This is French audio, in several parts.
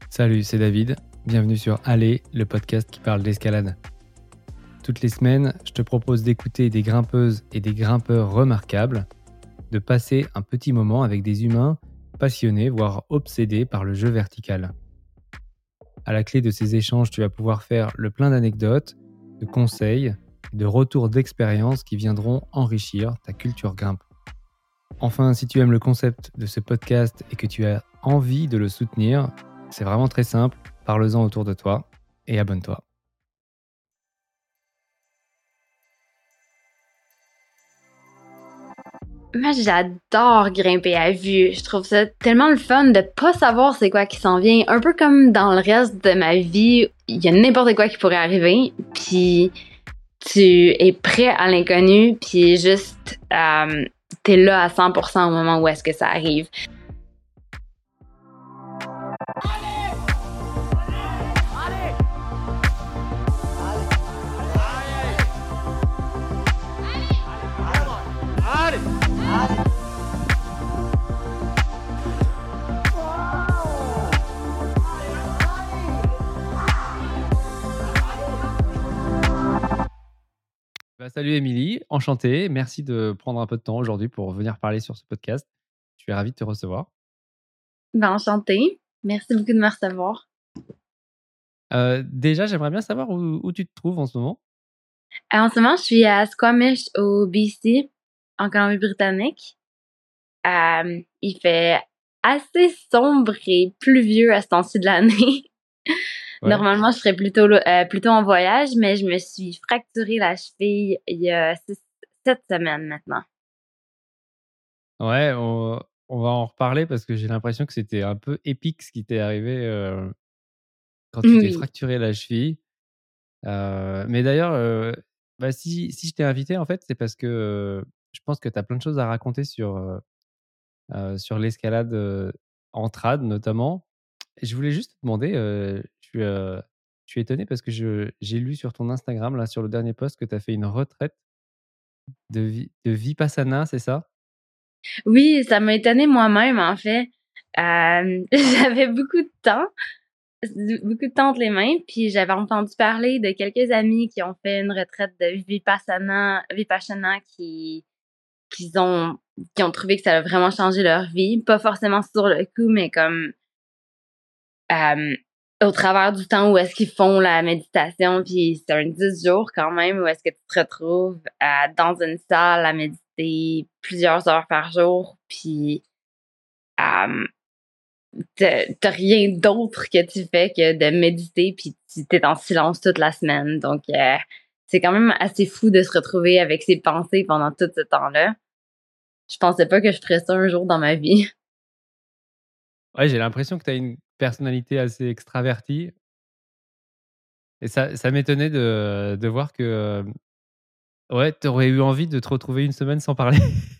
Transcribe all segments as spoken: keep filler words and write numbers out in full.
Salut, c'est David. Bienvenue sur Aller, le podcast qui parle d'escalade. Toutes les semaines, je te propose d'écouter des grimpeuses et des grimpeurs remarquables, de passer un petit moment avec des humains passionnés, voire obsédés par le jeu vertical. À la clé de ces échanges, tu vas pouvoir faire le plein d'anecdotes, de conseils, de retours d'expérience qui viendront enrichir ta culture grimpe. Enfin, si tu aimes le concept de ce podcast et que tu as envie de le soutenir, c'est vraiment très simple, parle-en autour de toi et abonne-toi. Moi, j'adore grimper à vue. Je trouve ça tellement le fun de pas savoir c'est quoi qui s'en vient. Un peu comme dans le reste de ma vie, il y a n'importe quoi qui pourrait arriver, puis tu es prêt à l'inconnu, puis juste euh, t'es là à cent pour cent au moment où est-ce que ça arrive. Bah, salut Émilie, enchanté. Merci de prendre un peu de temps aujourd'hui pour venir parler sur ce podcast. Je suis ravi de te recevoir. Ben, enchantée. Merci beaucoup de me recevoir. Euh, déjà, j'aimerais bien savoir où, où tu te trouves en ce moment. Euh, en ce moment, je suis à Squamish au B C, en Colombie-Britannique. Euh, il fait assez sombre et pluvieux à ce temps-ci de l'année. Ouais. Normalement, je serais plutôt, euh, plutôt en voyage, mais je me suis fracturé la cheville il y a six, sept semaines maintenant. Ouais, on, on va en reparler parce que j'ai l'impression que c'était un peu épique ce qui t'est arrivé euh, quand tu t'es Oui. fracturé la cheville. Euh, mais d'ailleurs, euh, bah, si, si je t'ai invité, en fait, c'est parce que euh, je pense que tu as plein de choses à raconter sur, euh, euh, sur l'escalade euh, en trad notamment. Et je voulais juste te demander, euh, je, suis, euh, je suis étonné parce que je, j'ai lu sur ton Instagram, là, sur le dernier post, que tu as fait une retraite de, vi- de Vipassana, c'est ça? Oui, ça m'a étonnée moi-même, en fait. Euh, j'avais beaucoup de temps, beaucoup de temps entre les mains, puis j'avais entendu parler de quelques amis qui ont fait une retraite de Vipassana, Vipassana qui, qui ont, qui ont trouvé que ça a vraiment changé leur vie. Pas forcément sur le coup, mais comme euh, au travers du temps où est-ce qu'ils font la méditation, puis c'est un dix jours quand même, où est-ce que tu te retrouves euh, dans une salle à méditer plusieurs heures par jour, puis euh, t'as t'as rien d'autre que tu fais que de méditer, puis tu t'es en silence toute la semaine. Donc, euh, c'est quand même assez fou de se retrouver avec ses pensées pendant tout ce temps-là. Je pensais pas que je ferais ça un jour dans ma vie. Ouais, j'ai l'impression que tu as une personnalité assez extravertie. Et ça, ça m'étonnait de, de voir que euh, ouais, tu aurais eu envie de te retrouver une semaine sans parler.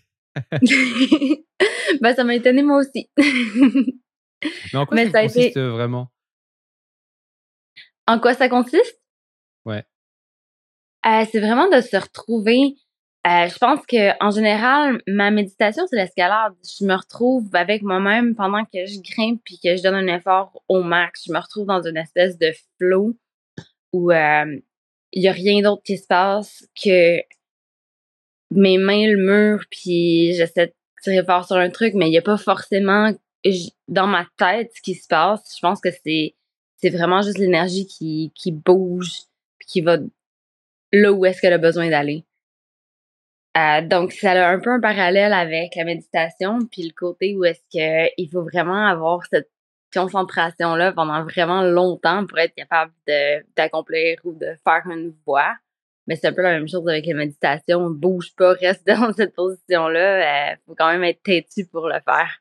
Ben, ça m'a étonnée moi aussi. Mais en quoi Mais ça ça a consiste été... euh, vraiment? En quoi ça consiste? Ouais. Euh, c'est vraiment de se retrouver. Euh, je pense que en général, ma méditation, c'est l'escalade. Je me retrouve avec moi-même pendant que je grimpe puis que je donne un effort au max. Je me retrouve dans une espèce de flow où euh, il y a rien d'autre qui se passe que mes mains le mur puis j'essaie de tirer fort sur un truc, mais il y a pas forcément j- dans ma tête ce qui se passe. Je pense que c'est c'est vraiment juste l'énergie qui qui bouge puis qui va là où est-ce qu'elle a besoin d'aller. Euh, donc, ça a un peu un parallèle avec la méditation, puis le côté où est-ce que il faut vraiment avoir cette concentration-là pendant vraiment longtemps pour être capable de d'accomplir ou de faire une voie. Mais c'est un peu la même chose avec la méditation. Bouge pas, reste dans cette position-là. Il faut quand même être têtu pour le faire.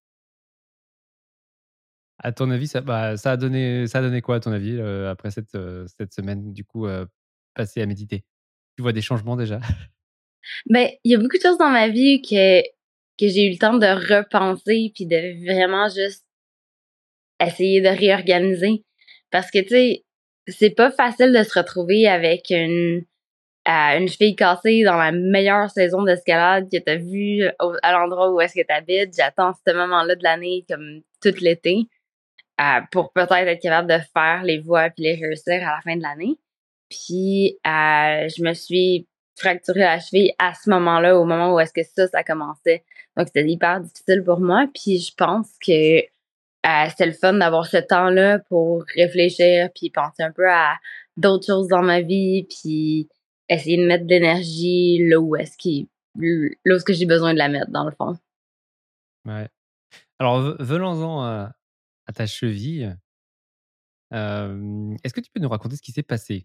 À ton avis, ça, bah, ça, a donné, ça a donné quoi, à ton avis, euh, après cette, euh, cette semaine, du coup, euh, passée à méditer? Tu vois des changements déjà? Ben, il y a beaucoup de choses dans ma vie que que j'ai eu le temps de repenser puis de vraiment juste essayer de réorganiser. Parce que, tu sais, c'est pas facile de se retrouver avec une, euh, une cheville cassée dans la meilleure saison d'escalade que t'as vue au- à l'endroit où est-ce que t'habites. J'attends ce moment-là de l'année comme tout l'été. euh, pour peut-être être capable de faire les voix puis les réussir à la fin de l'année. Puis euh, je me suis fracturé la cheville à ce moment-là, au moment où est-ce que ça, ça commençait. Donc c'était hyper difficile pour moi. Puis je pense que euh, c'était le fun d'avoir ce temps-là pour réfléchir puis penser un peu à d'autres choses dans ma vie puis essayer de mettre de l'énergie là où est-ce qu'il là où est-ce que j'ai besoin de la mettre dans le fond. Ouais. Alors ve venons-en à à ta cheville. Hem, est-ce que tu peux nous raconter ce qui s'est passé?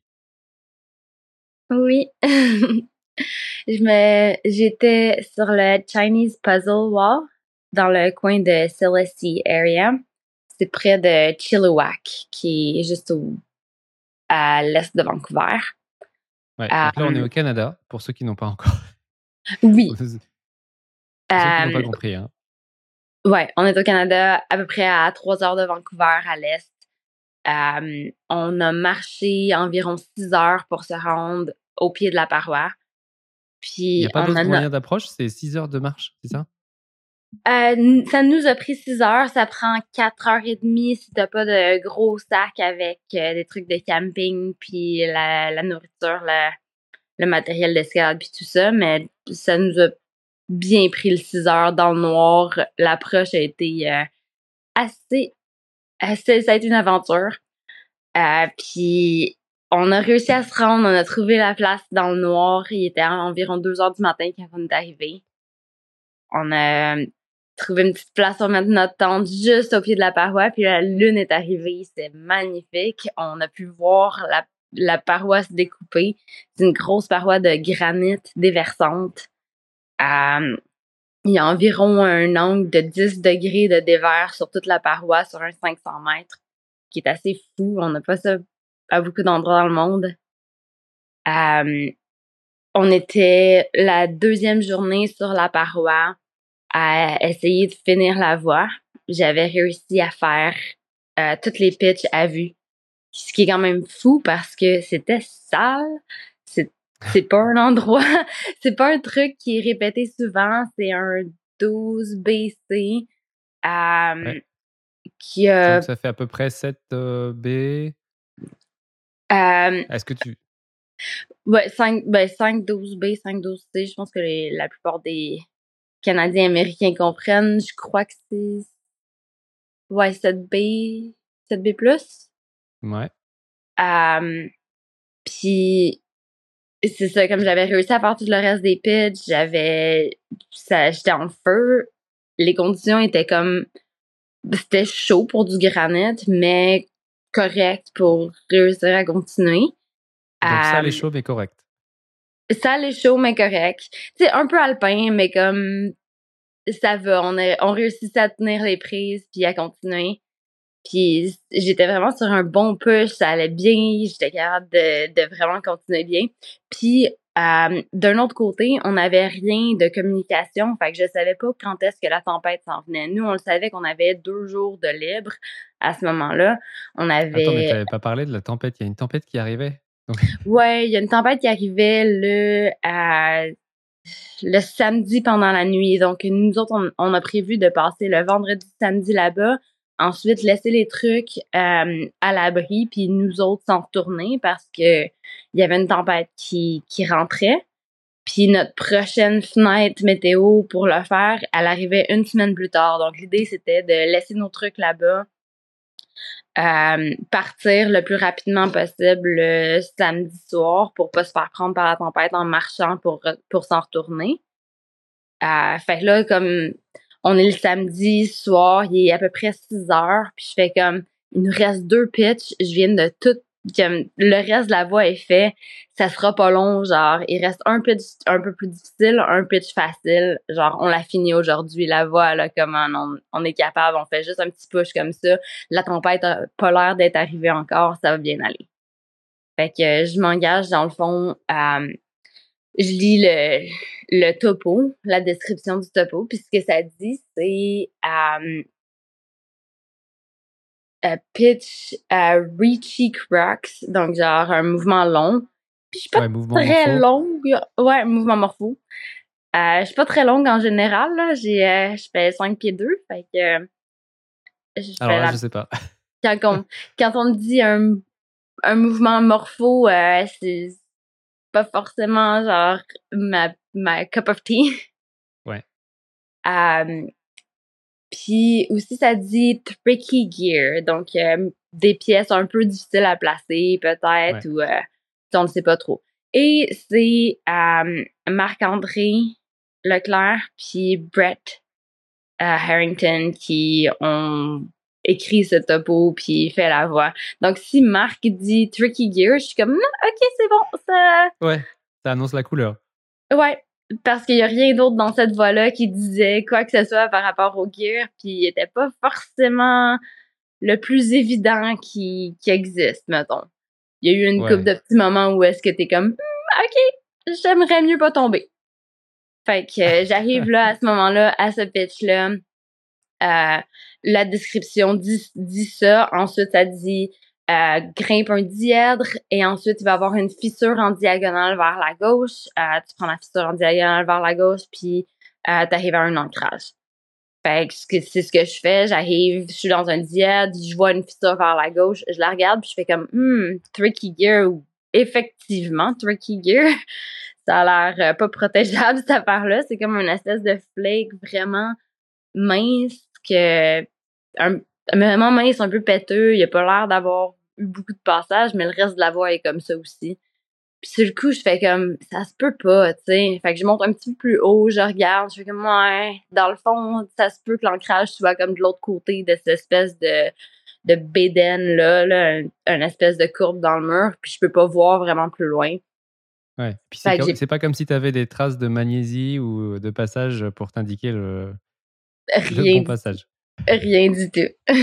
Oui. Je me j'étais sur le Chinese Puzzle Wall dans le coin de Celestia area. C'est près de Chilliwack, qui est juste au à l'est de Vancouver. Ouais, donc là, on est Hem, au Canada, pour ceux qui n'ont pas encore oui, pour ceux pour ceux qui n'ont pas hem, compris, hein. ouais, on est au Canada, à peu près à trois heures de Vancouver à l'est. Hem, on a marché environ six heures pour se rendre au pied de la paroi. Il y Puis a pas on d'autre en a moyen d'approche? C'est six heures de marche, c'est ça? Heu, n ça nous a pris six heures, ça prend quatre heures et demie si t'as pas de gros sacs avec, heu, des trucs de camping puis la la nourriture, le le matériel d'escalade puis tout ça, mais ça nous a bien pris le six heures dans le noir. L'approche a été, heu, assez assez ça a été une aventure, heu, puis on a réussi à se rendre, on a trouvé la place dans le noir. Il était environ deux heures du matin quand on est arrivés. On a trouvé une petite place pour mettre notre tente juste au pied de la paroi, puis la lune est arrivée, c'était magnifique. On a pu voir la, la paroi se découper. C'est une grosse paroi de granit déversante. Euh, il y a environ un angle de dix degrés de dévers sur toute la paroi, sur un cinq cents mètres, qui est assez fou. On n'a pas ça à beaucoup d'endroits dans le monde. Euh, on était la deuxième journée sur la paroi à essayer de finir la voix. J'avais réussi à faire euh, toutes les pitches à vue. Ce qui est quand même fou parce que c'était sale. C'est, c'est pas un endroit, c'est pas un truc qui est répété souvent. C'est un douze B C Ouais, euh, qui a... donc ça fait à peu près sept heu, B. Euh, Est-ce que tu ouais, cinq, ben cinq douze B, cinq douze C. Je pense que les, la plupart des Canadiens américains comprennent. Je crois que c'est ouais, sept B, sept B plus. Ouais, Euh, Puis c'est ça, comme j'avais réussi à faire tout le reste des pitches, j'avais ça j'étais en feu. Les conditions étaient comme c'était chaud pour du granit, mais correct pour réussir à continuer. donc ça, les Euh, chaud mais correct. Ça allait chaud, mais correct. C'est un peu alpin, mais comme ça va, on a on réussit à tenir les prises puis à continuer. Puis j'étais vraiment sur un bon push, ça allait bien, j'étais capable de, de vraiment continuer bien. Puis euh, d'un autre côté, on n'avait rien de communication, fait que je savais pas quand est-ce que la tempête s'en venait. Nous, on le savait qu'on avait deux jours de libre à ce moment-là. On Attends, mais tu avait, avais pas parlé de la tempête, il y a une tempête qui arrivait? Donc ouais, il y a une tempête qui arrivait le à le samedi pendant la nuit. Donc, nous autres, on, on a prévu de passer le vendredi, samedi là-bas. Ensuite, laisser les trucs euh, à l'abri, puis nous autres s'en retourner parce que il y avait une tempête qui, qui rentrait. Puis notre prochaine fenêtre météo pour le faire, elle arrivait une semaine plus tard. Donc, l'idée, c'était de laisser nos trucs là-bas, euh, partir le plus rapidement possible le samedi soir pour pas se faire prendre par la tempête en marchant pour, pour s'en retourner. Euh, fait que là, comme on est le samedi soir, il est à peu près six heures, puis je fais comme, il nous reste deux pitchs, je viens de tout, comme, le reste de la voix est fait, ça sera pas long, genre, il reste un pitch un peu plus difficile, un pitch facile, genre, on l'a fini aujourd'hui, la voix, là, comment on, on est capable, on fait juste un petit push comme ça, la tempête a pas l'air d'être arrivée encore, ça va bien aller. Fait que euh, je m'engage, dans le fond, à je lis le, le topo, la description du topo, puis ce que ça dit, c'est um, a pitch à Reachy Cracks, donc genre un mouvement long. Puis je suis pas ouais, mouvement très morpho. longue, ouais, mouvement morpho. Euh, je suis pas très longue en général, là. J'ai, euh, je fais cinq pieds deux, fait que euh, je Alors fais là, la... je sais pas. Quand on, quand on me dit un, un mouvement morpho, euh, c'est pas forcément genre ma, ma cup of tea. Ouais. Euh, Puis aussi, ça dit tricky gear. Donc, euh, des pièces un peu difficiles à placer, peut-être, Ouais. ou euh, on ne sait pas trop. Et c'est euh, Marc-André Leclerc puis Brett euh, Harrington qui ont écrit ce topo puis fait la voix. Donc, si Marc dit tricky gear, je suis comme, non, ok, c'est bon, ça... Ouais, ça annonce la couleur. Ouais, parce qu'il y a rien d'autre dans cette voix-là qui disait quoi que ce soit par rapport au gear, puis il était pas forcément le plus évident qui, qui existe, mettons. Il y a eu une couple Ouais. de petits moments où est-ce que t'es comme, hmm, ok, j'aimerais mieux pas tomber. Fait que euh, j'arrive là, à ce moment-là, à ce pitch-là, euh, la description dit, dit ça, ensuite ça dit euh, grimpe un dièdre et ensuite il va y avoir une fissure en diagonale vers la gauche. Euh, tu prends la fissure en diagonale vers la gauche puis euh, t'arrives à un ancrage. Fait que c'est ce que je fais. J'arrive, je suis dans un dièdre, je vois une fissure vers la gauche, je la regarde puis je fais comme hmm, tricky gear ou effectivement tricky gear. Ça a l'air euh, pas protégeable cette affaire-là. C'est comme une espèce de flake vraiment mince que un, vraiment mince, un peu péteux. Il a pas l'air d'avoir eu beaucoup de passages, mais le reste de la voie est comme ça aussi. Puis sur le coup, je fais comme ça se peut pas, tu sais. Fait que je monte un petit peu plus haut, je regarde, je fais comme ouais, dans le fond, ça se peut que l'ancrage soit comme de l'autre côté de cette espèce de de bédaine là, là un, un espèce de courbe dans le mur, puis je peux pas voir vraiment plus loin. Ouais. Puis c'est, Fait que comme, j'ai c'est pas comme si tu avais des traces de magnésie ou de passage pour t'indiquer le, le rien bon du passage. rien du tout.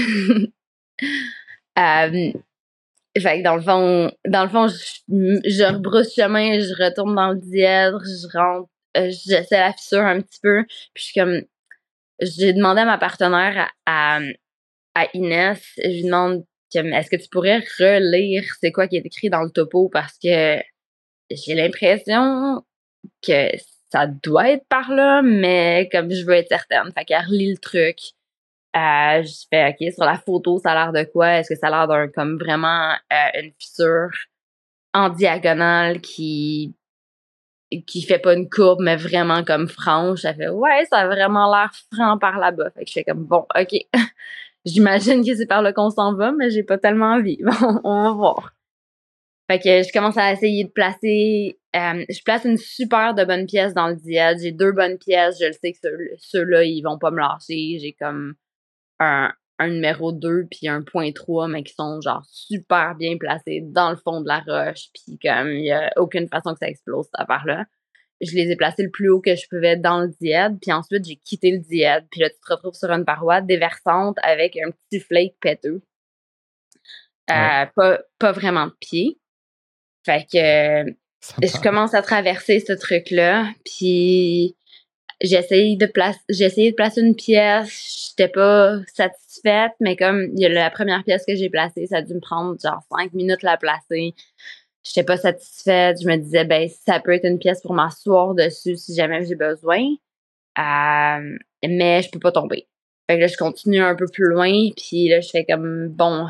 euh, Fait que dans le fond, dans le fond, je, je rebrousse chemin, je retourne dans le dièdre, je rentre, euh, j'essaie la fissure un petit peu, puis je suis comme, j'ai demandé à ma partenaire, à, à, à Inès, je lui demande, comme, est-ce que tu pourrais relire c'est quoi qui est écrit dans le topo parce que j'ai l'impression que ça doit être par là, mais comme je veux être certaine. Fait qu'elle relit le truc. Euh, je fais, OK, sur la photo, ça a l'air de quoi? Est-ce que ça a l'air d'un, comme vraiment, euh, une fissure en diagonale qui, qui fait pas une courbe, mais vraiment comme franche? Elle fait, ouais, ça a vraiment l'air franc par là-bas. Fait que je fais comme, bon, OK. J'imagine que c'est par là qu'on s'en va, mais j'ai pas tellement envie. Bon, on va voir. Fait que je commence à essayer de placer, euh, je place une super de bonne pièce dans le dièdre. J'ai deux bonnes pièces. Je le sais que ceux- ceux-là, ils vont pas me lâcher. J'ai comme un, un numéro deux puis un point trois, mais qui sont genre super bien placés dans le fond de la roche. Puis comme il y a aucune façon que ça explose cette affaire-là. Je les ai placés le plus haut que je pouvais dans le dièdre. Puis ensuite, j'ai quitté le dièdre. Puis là, tu te retrouves sur une paroi déversante avec un petit flake péteux. Ouais. Euh, pas, pas vraiment de pied. Fait que euh, Sympa. je commence à traverser ce truc-là, puis j'ai essayé de placer, j'ai essayé de placer une pièce, j'étais pas satisfaite, mais comme il y a la première pièce que j'ai placée, ça a dû me prendre genre cinq minutes la placer. J'étais pas satisfaite, je me disais ben ça peut être une pièce pour m'asseoir dessus si jamais j'ai besoin, euh, mais je peux pas tomber. Fait que là je continue un peu plus loin, puis là je fais comme bon,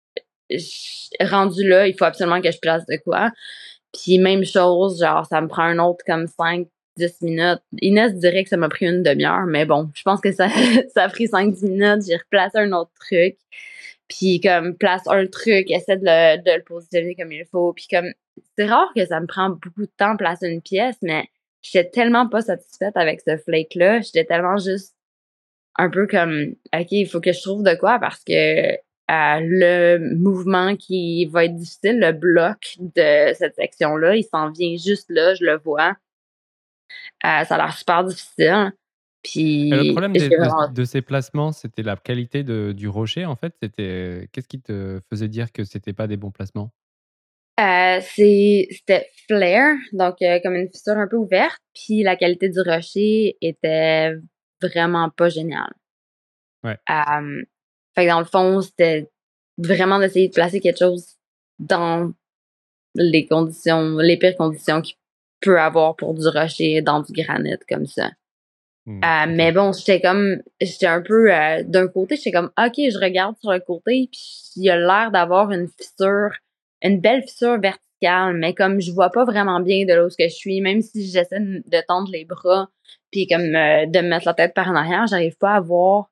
je- rendu là, il faut absolument que je place de quoi. Puis même chose, genre, ça me prend un autre comme cinq dix minutes. Inès dirait que ça m'a pris une demi-heure, mais bon, je pense que ça, ça a pris cinq dix minutes. J'ai replacé un autre truc. Puis comme, place un truc, essaie de le, de le positionner comme il faut. Puis comme, c'est rare que ça me prend beaucoup de temps de placer une pièce, mais j'étais tellement pas satisfaite avec ce flake-là. J'étais tellement juste un peu comme, OK, il faut que je trouve de quoi parce que euh, le mouvement qui va être difficile, le bloc de cette section-là, il s'en vient juste là, je le vois. Euh, ça a l'air super difficile. Et le Puis, problème j'ai de, de, vraiment... de ces placements, c'était la qualité de, du rocher, en fait. C'était qu'est-ce qui te faisait dire que c'était pas des bons placements? Euh, c'est, c'était flare, donc euh, comme une fissure un peu ouverte. Puis la qualité du rocher était vraiment pas géniale. Ouais. Euh, fait que dans le fond, c'était vraiment d'essayer de placer quelque chose dans les conditions, les pires conditions qu'il peut avoir pour du rocher dans du granit comme ça. Mmh, Euh, OK. mais bon, j'étais comme, j'étais un peu, euh, d'un côté, j'étais comme, OK, je regarde sur le côté, puis il a l'air d'avoir une fissure, une belle fissure verticale, mais comme je vois pas vraiment bien de là où ce que je suis, même si j'essaie de, de tendre les bras, puis comme euh, de me mettre la tête par en arrière, j'arrive pas à voir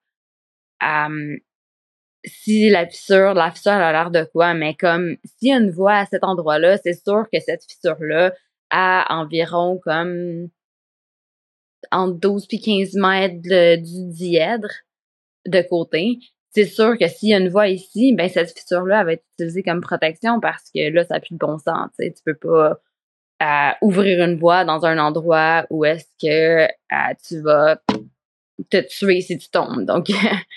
euh, si la fissure, la fissure elle a l'air de quoi, mais comme s'il y a une voie à cet endroit-là, c'est sûr que cette fissure-là a environ comme entre douze puis quinze mètres de- du dièdre de côté. C'est sûr que s'il y a une voie ici, ben cette fissure-là elle va être utilisée comme protection parce que là, ça n'a plus de bon sens. Tu sais, tu peux pas euh, ouvrir une voie dans un endroit où est-ce que euh, tu vas te tuer si tu tombes. Donc,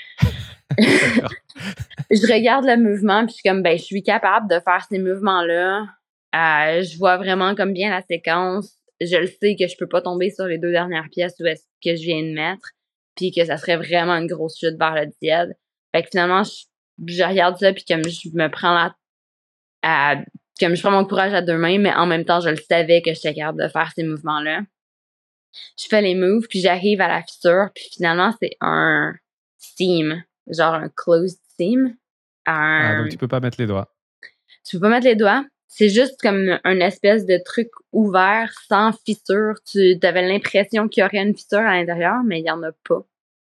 D'accord. je regarde le mouvement puis je suis comme, ben, je suis capable de faire ces mouvements-là. Euh, je vois vraiment comme bien la séquence. Je le sais que je peux pas tomber sur les deux dernières pièces où est-ce que je viens de mettre puis que ça serait vraiment une grosse chute vers le dièdre. Fait que finalement, je, je regarde ça puis comme je me prends la, à, comme je prends mon courage à deux mains, mais en même temps, je le savais que j'étais capable de faire ces mouvements-là. Je fais les moves puis j'arrive à la fissure puis finalement, c'est un seam, genre un closed seam. Ah, donc Un, tu peux pas mettre les doigts. tu peux pas mettre les doigts. C'est juste comme un espèce de truc ouvert, sans fissure. Tu avais l'impression qu'il y aurait une fissure à l'intérieur, mais il y en a pas.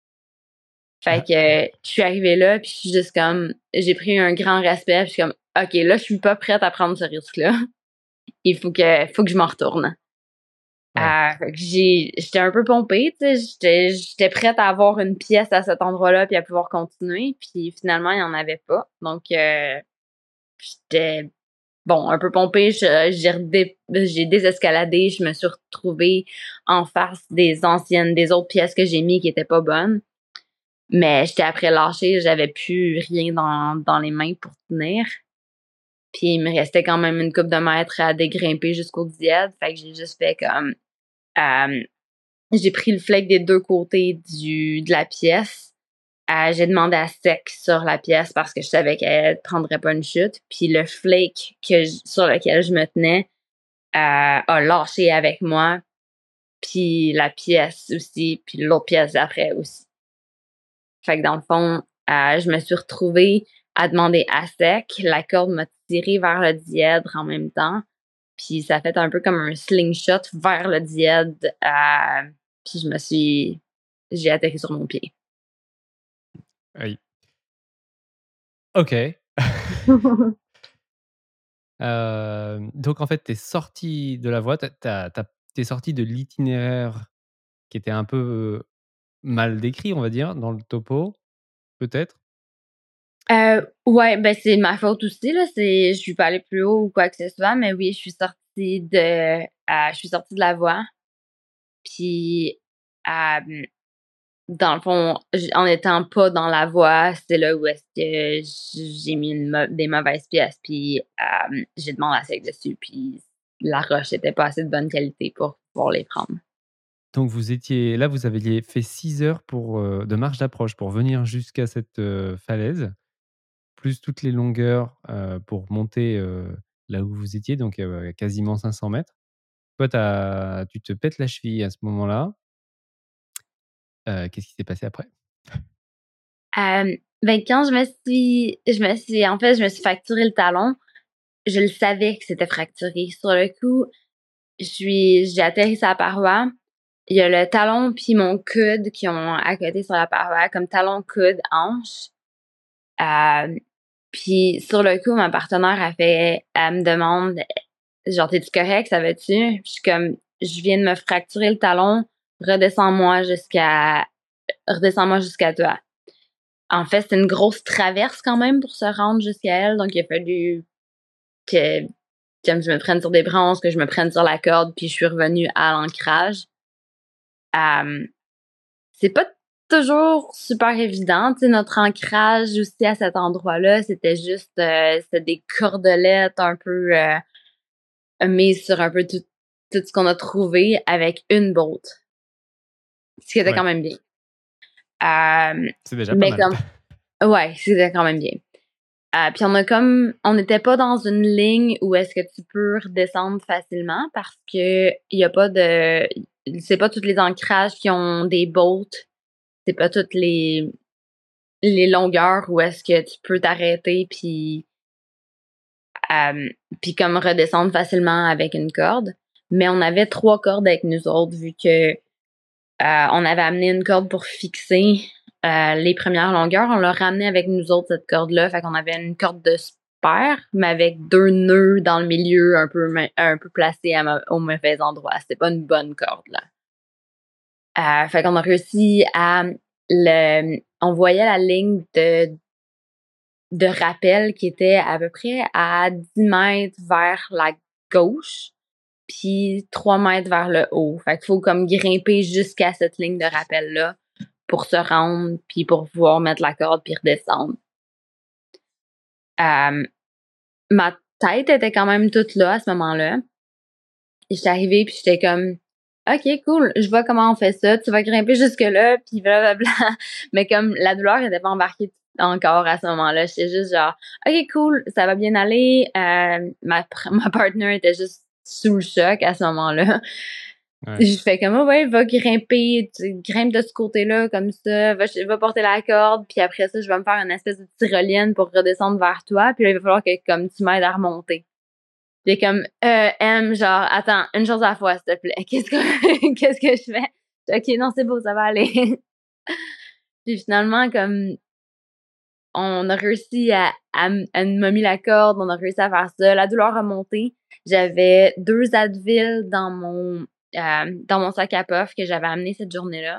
Fait Ah, que euh, je suis arrivée là, puis je suis juste comme, j'ai pris un grand respect, puis je suis comme, ok, là, je suis pas prête à prendre ce risque-là. Il faut que, faut que je m'en retourne. ouais. Euh, fait que j'ai, j'étais un peu pompée, tu sais, j'étais, j'étais prête à avoir une pièce à cet endroit-là, puis à pouvoir continuer, puis finalement, il y en avait pas. Donc, euh, j'étais bon, un peu pompée, je- j'ai redé- j'ai désescaladé, je me suis retrouvée en face des anciennes, des autres pièces que j'ai mis qui étaient pas bonnes. Mais j'étais après lâché, j'avais plus rien dans, dans les mains pour tenir. Puis il me restait quand même une coupe de mètres à dégrimper jusqu'au dièdre. Fait que j'ai juste fait comme euh, j'ai pris le flake des deux côtés du de la pièce. Euh, j'ai demandé à sec sur la pièce parce que je savais qu'elle prendrait pas une chute. Puis le flake que je- sur lequel je me tenais euh, a lâché avec moi, puis la pièce aussi, puis l'autre pièce après aussi. Fait que dans le fond, euh, je me suis retrouvée à demander à sec. La corde m'a tiré vers le dièdre en même temps, puis ça a fait un peu comme un slingshot vers le dièdre, euh, puis je me suis... j'ai atterri sur mon pied. Oui. OK. Hem, donc en fait, tu es sorti de la voie, tu as tu es sorti de l'itinéraire qui était un peu, heu, mal décrit, on va dire, dans le topo, peut-être? Euh, ouais, ben c'est ma faute aussi, là. C'est, je suis pas allée plus haut ou quoi que ce soit, mais oui, je suis sortie de, euh, je suis sortie de la voie. Puis, euh, dans le fond, j- en étant pas dans la voie, c'est là où est-ce que j- j'ai mis une mau- des mauvaises pièces. Puis, euh, j'ai demandé à sec dessus. Puis, la roche était pas assez de bonne qualité pour pouvoir les prendre. Donc vous étiez là, vous aviez fait six heures pour, heu, de marche d'approche pour venir jusqu'à cette, heu, falaise, plus toutes les longueurs, heu, pour monter, heu, là où vous étiez, donc heu, quasiment cinq cents mètres. Toi, tu tu te pètes la cheville à ce moment-là. Heu, qu'est-ce qui s'est passé après? Euh, ben, quand je me suis, je me suis, en fait, je me suis fracturé le talon. Je le savais que c'était fracturé. Sur le coup, je suis, j'ai atterri sur la paroi. Il y a le talon puis mon coude qui ont à côté sur la paroi, comme talon, coude, hanche. Euh, puis sur le coup, ma partenaire a fait, elle me demande, genre, t'es-tu correct, ça va-tu? Puis je suis comme, je viens de me fracturer le talon, redescends-moi jusqu'à, redescends-moi jusqu'à toi. En fait, c'est une grosse traverse quand même pour se rendre jusqu'à elle, donc il a fallu que, que je me prenne sur des branches, que je me prenne sur la corde, puis je suis revenue à l'ancrage. Euh, c'est pas toujours super évident, tu sais, notre ancrage aussi à cet endroit-là, c'était juste, euh, c'était des cordelettes un peu euh, mises sur un peu tout, tout ce qu'on a trouvé avec une bolt, ce qui était quand Ouais, même bien. Euh, c'est déjà pas mais mal. comme, ouais, c'était quand même bien. Euh, puis on a comme, on n'était pas dans une ligne où est-ce que tu peux redescendre facilement parce que il y a pas de, c'est pas tous les ancrages qui ont des bolts. C'est pas toutes les les longueurs où est-ce que tu peux t'arrêter puis euh, puis comme redescendre facilement avec une corde. Mais on avait trois cordes avec nous autres vu que euh, on avait amené une corde pour fixer euh, les premières longueurs. On l'a ramené avec nous autres cette corde-là. Fait qu'on avait une corde de spare, mais avec deux nœuds dans le milieu un peu un peu placés à ma, au mauvais endroit. C'était pas une bonne corde là. Euh, fait qu'on a réussi à le on voyait la ligne de de rappel qui était à peu près à dix mètres vers la gauche puis trois mètres vers le haut. Fait qu'il faut comme grimper jusqu'à cette ligne de rappel-là pour se rendre puis pour pouvoir mettre la corde puis redescendre. Euh, ma tête était quand même toute là à ce moment-là. Et j'étais arrivée puis j'étais comme OK, cool, je vois comment on fait ça. Tu vas grimper jusque-là, puis blablabla. Mais comme la douleur n'était pas embarquée encore à ce moment-là, j'étais juste genre, OK, cool, ça va bien aller. Euh, ma, ma partner était juste sous le choc à ce moment-là. Ouais. Je fais comme, oh ouais, va grimper, tu grimpes de ce côté-là, comme ça, va, va porter la corde, puis après ça, je vais me faire une espèce de tyrolienne pour redescendre vers toi, puis là, il va falloir que comme tu m'aides à remonter. J'ai comme, euh, M, genre, attends, une chose à la fois, s'il te plaît. Qu'est-ce que, qu'est-ce que je fais? OK, non, c'est beau, ça va aller. Puis finalement, comme, on a réussi à, à, à m'a mis la corde, on a réussi à faire ça. La douleur a monté. J'avais deux Advil dans mon, euh, dans mon sac à puff que j'avais amené cette journée-là.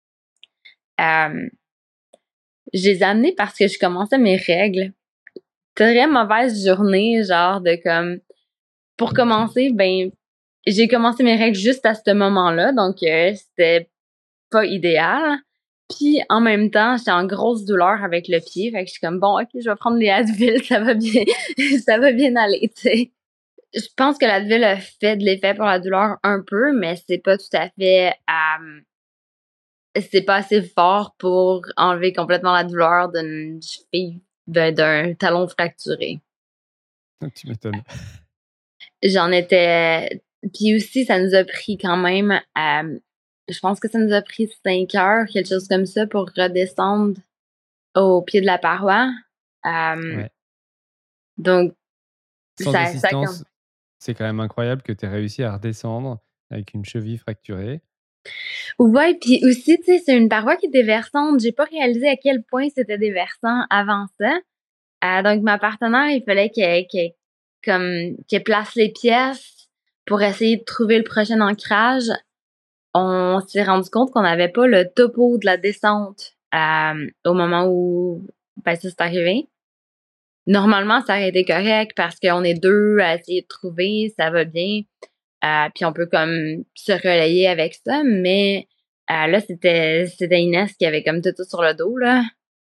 Euh, je les ai amenés parce que je commençais mes règles. Très mauvaise journée, genre, de comme, pour commencer, ben, j'ai commencé mes règles juste à ce moment-là, donc euh, c'était pas idéal. Puis en même temps, j'étais en grosse douleur avec le pied, fait que je suis comme bon, ok, je vais prendre les Advil, ça va bien, ça va bien aller, tu sais. Je pense que l'Advil a fait de l'effet pour la douleur un peu, mais c'est pas tout à fait, euh, c'est pas assez fort pour enlever complètement la douleur d'une cheville, d'un, d'un talon fracturé. Tu m'étonnes. J'en étais. Puis aussi, ça nous a pris quand même. Euh, je pense que ça nous a pris cinq heures, quelque chose comme ça, pour redescendre au pied de la paroi. Euh, ouais. Donc, sans ça, assistance, ça... c'est quand même incroyable que tu aies réussi à redescendre avec une cheville fracturée. Ouais, puis aussi, tu sais, c'est une paroi qui est déversante. J'ai pas réalisé à quel point c'était déversant avant ça. Euh, donc, ma partenaire, il fallait qu'elle, qu'elle, comme, qu'elle place les pièces pour essayer de trouver le prochain ancrage. On s'est rendu compte qu'on n'avait pas le topo de la descente euh, au moment où ben, ça s'est arrivé. Normalement, ça aurait été correct parce qu'on est deux à essayer de trouver, ça va bien. Euh, puis on peut comme se relayer avec ça, mais euh, là, c'était c'était Inès qui avait comme tout ça sur le dos, là.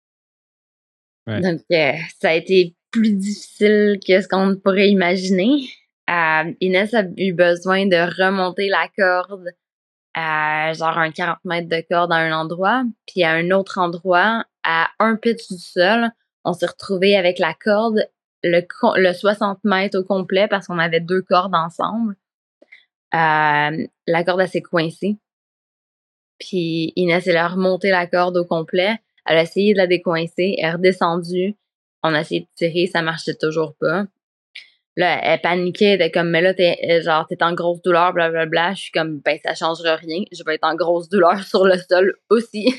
Ouais. Donc, euh, ça a été plus difficile que ce qu'on pourrait imaginer. Euh, Inès a eu besoin de remonter la corde à genre un quarante mètres de corde à un endroit, puis à un autre endroit, à un pitch du sol, on s'est retrouvé avec la corde, le, le soixante mètres au complet, parce qu'on avait deux cordes ensemble. Euh, la corde, elle s'est coincée. Puis Inès, elle a remonté la corde au complet. Elle a essayé de la décoincer. Elle est redescendue. On a essayé de tirer, ça marchait toujours pas. Là, elle paniquait, elle était comme, mais là, t'es, genre, t'es en grosse douleur, blablabla. Je suis comme, ben, ça changera rien. Je vais être en grosse douleur sur le sol aussi.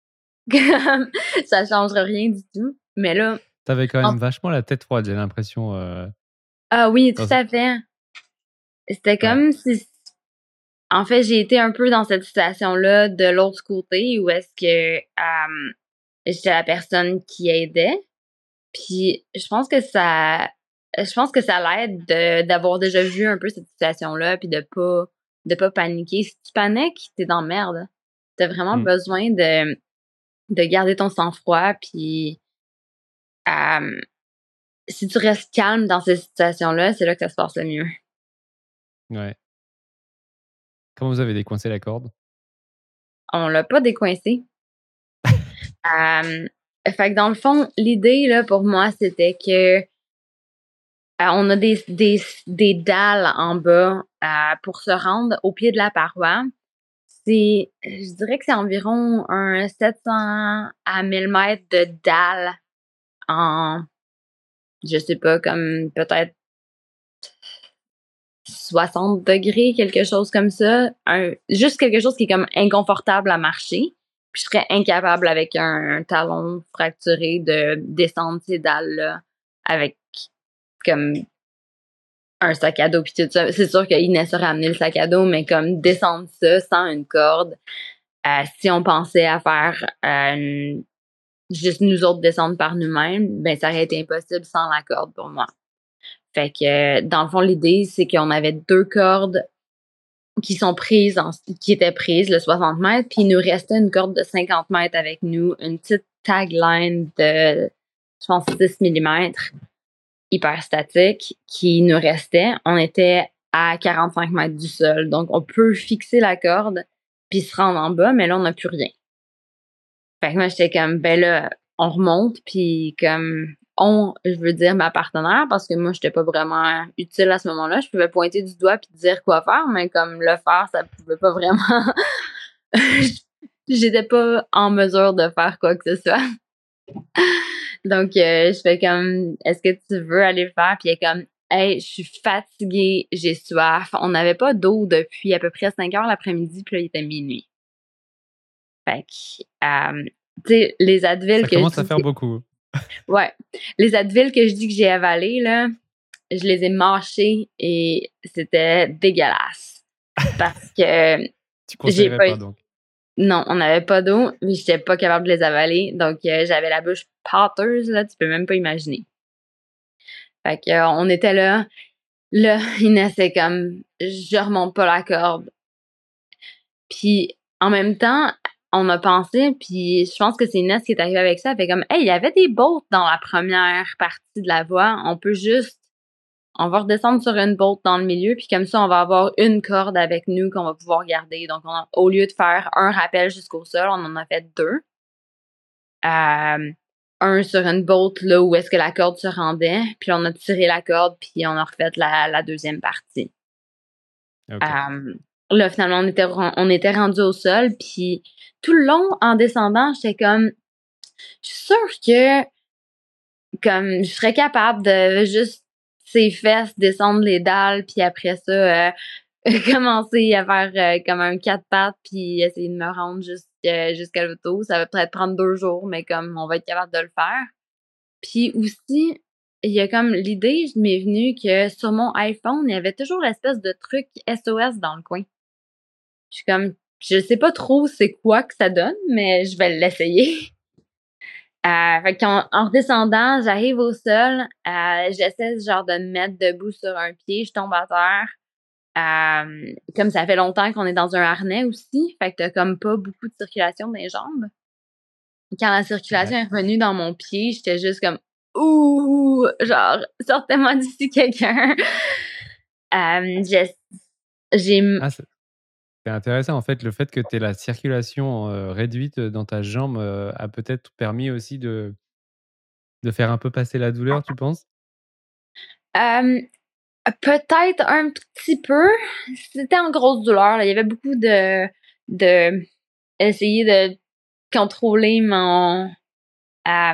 Ça changera rien du tout. Mais là. T'avais quand même en... vachement la tête froide, j'ai l'impression. Euh... Ah oui, tout à fait. C'était comme ouais. si. En fait, j'ai été un peu dans cette situation-là de l'autre côté où est-ce que euh, j'étais la personne qui aidait. Puis je pense que ça. Je pense que ça l'aide de, d'avoir déjà vu un peu cette situation-là puis de pas de pas paniquer. Si tu paniques, t'es dans la merde. T'as vraiment mm. besoin de de garder ton sang-froid puis euh, si tu restes calme dans ces situations-là, c'est là que ça se passe le mieux. Ouais. Comment vous avez décoincé la corde? On l'a pas décoincé. euh, fait que dans le fond, l'idée là pour moi, c'était que Euh, on a des, des, des dalles en bas euh, pour se rendre au pied de la paroi. c'est, je dirais que c'est environ un sept cents à mille mètres de dalles en, je sais pas, comme peut-être soixante degrés, quelque chose comme ça. Un, juste quelque chose qui est comme inconfortable à marcher. Puis je serais incapable avec un, un talon fracturé de descendre ces dalles-là avec comme un sac à dos puis tout ça. C'est sûr qu'Inès aurait amené le sac à dos, mais comme descendre ça sans une corde, euh, si on pensait à faire euh, juste nous autres descendre par nous-mêmes, ben ça aurait été impossible sans la corde pour moi. Fait que dans le fond, l'idée, c'est qu'on avait deux cordes qui sont prises, en, qui étaient prises, le soixante mètres, puis il nous restait une corde de cinquante mètres avec nous, une petite tagline de, je pense, six millimètres, hyper statique, qui nous restait. On était à quarante-cinq mètres du sol, donc on peut fixer la corde puis se rendre en bas, mais là, on n'a plus rien. Fait que moi, j'étais comme, ben là, on remonte, puis comme, on, je veux dire ma partenaire, parce que moi, j'étais pas vraiment utile à ce moment-là. Je pouvais pointer du doigt puis dire quoi faire, mais comme le faire, ça pouvait pas vraiment... J'étais pas en mesure de faire quoi que ce soit. Donc, euh, je fais comme, est-ce que tu veux aller le faire? Puis elle est comme, hey, je suis fatiguée, j'ai soif. On n'avait pas d'eau depuis à peu près cinq heures l'après-midi, puis là, il était minuit. Fait que, euh, tu sais, les Advil Ça que commence je à dis, faire beaucoup. ouais, les Advil que je dis que j'ai avalés, là, je les ai mâchés et c'était dégueulasse. Parce que Tu j'ai conseillerais pas... pas, donc. Non, on n'avait pas d'eau, mais j'étais pas capable de les avaler. Donc, euh, j'avais la bouche pâteuse, là, tu peux même pas imaginer. Fait que, euh, on était là. Là, Inès, c'est comme, je remonte pas la corde. Puis, en même temps, on a pensé, puis je pense que c'est Inès qui est arrivée avec ça. Elle fait comme, hey, il y avait des boats dans la première partie de la voie. On peut juste, on va redescendre sur une boat dans le milieu, puis comme ça, on va avoir une corde avec nous qu'on va pouvoir garder. Donc, on a, au lieu de faire un rappel jusqu'au sol, on en a fait deux. Euh, un sur une boat là où est-ce que la corde se rendait, puis on a tiré la corde, puis on a refait la, la deuxième partie. Okay. Euh, là, finalement, on était, on était rendu au sol, puis tout le long, en descendant, j'étais comme, je suis sûre que, comme, je serais capable de juste, ses fesses, descendre les dalles, puis après ça, euh, commencer à faire euh, comme un quatre pattes, puis essayer de me rendre jusqu'à, jusqu'à l'auto. Ça va peut-être prendre deux jours, mais comme, on va être capable de le faire. Puis aussi, il y a comme l'idée m'est venue que sur mon iPhone, il y avait toujours l'espèce de truc S O S dans le coin. Je suis comme, je sais pas trop c'est quoi que ça donne, mais je vais l'essayer. Euh, fait qu'en en redescendant, j'arrive au sol, euh, j'essaie genre de me mettre debout sur un pied, je tombe à terre. Euh, comme ça fait longtemps qu'on est dans un harnais aussi, fait que t'as comme pas beaucoup de circulation dans les jambes. Quand la circulation Ouais. est revenue dans mon pied, j'étais juste comme ouh, genre sortez-moi d'ici quelqu'un. euh, j'ai, j'ai Ah, c'est c'est intéressant en fait, le fait que tu aies la circulation euh, réduite dans ta jambe euh, a peut-être permis aussi de, de faire un peu passer la douleur, tu penses? euh, peut-être un petit peu. C'était en grosse douleur. Là. Il y avait beaucoup de de essayer de contrôler mon euh,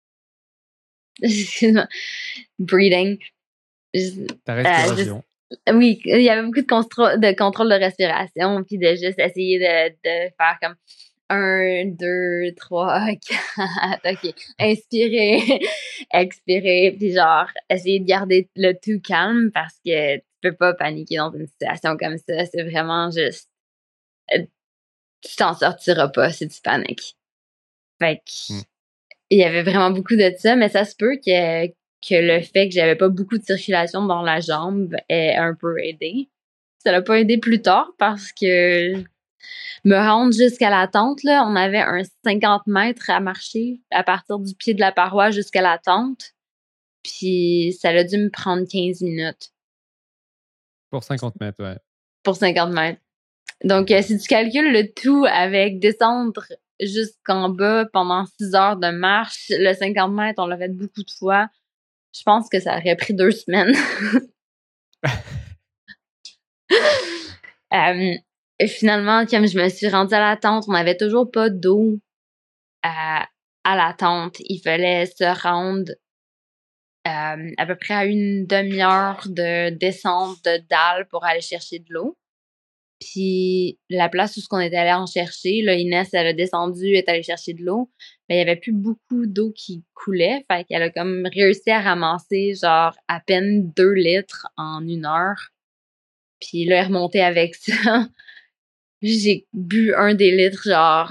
excuse-moi, breathing. Je- Ta euh, juste- respiration. oui, il y avait beaucoup de, constro- de contrôle de respiration, puis de juste essayer de, de faire comme un, deux, trois, quatre, ok, inspirer, expirer, puis genre essayer de garder le tout calme parce que tu peux pas paniquer dans une situation comme ça. C'est vraiment juste, euh, tu t'en sortiras pas si tu paniques. Fait que, Mm. il y avait vraiment beaucoup de ça, mais ça se peut que, que le fait que j'avais pas beaucoup de circulation dans la jambe ait un peu aidé. Ça l'a pas aidé plus tard parce que me rendre jusqu'à la tente, là, on avait un cinquante mètres à marcher à partir du pied de la paroi jusqu'à la tente. Puis ça a dû me prendre quinze minutes Pour cinquante mètres, ouais. pour cinquante mètres. Donc, euh, si tu calcules le tout avec descendre jusqu'en bas pendant six heures de marche, le cinquante mètres, on l'a fait beaucoup de fois. Je pense que ça aurait pris deux semaines. euh, finalement, comme je me suis rendue à la tente, on n'avait toujours pas d'eau à, à la tente. Il fallait se rendre euh, à peu près à une demi-heure de descente de dalle pour aller chercher de l'eau. Puis la place où on était allé en chercher, là, Inès, elle a descendu, est allée chercher de l'eau, mais il y avait plus beaucoup d'eau qui coulait, fait qu'elle a comme réussi à ramasser genre à peine deux litres en une heure. Puis là, elle est remontée avec ça. J'ai bu un des litres, genre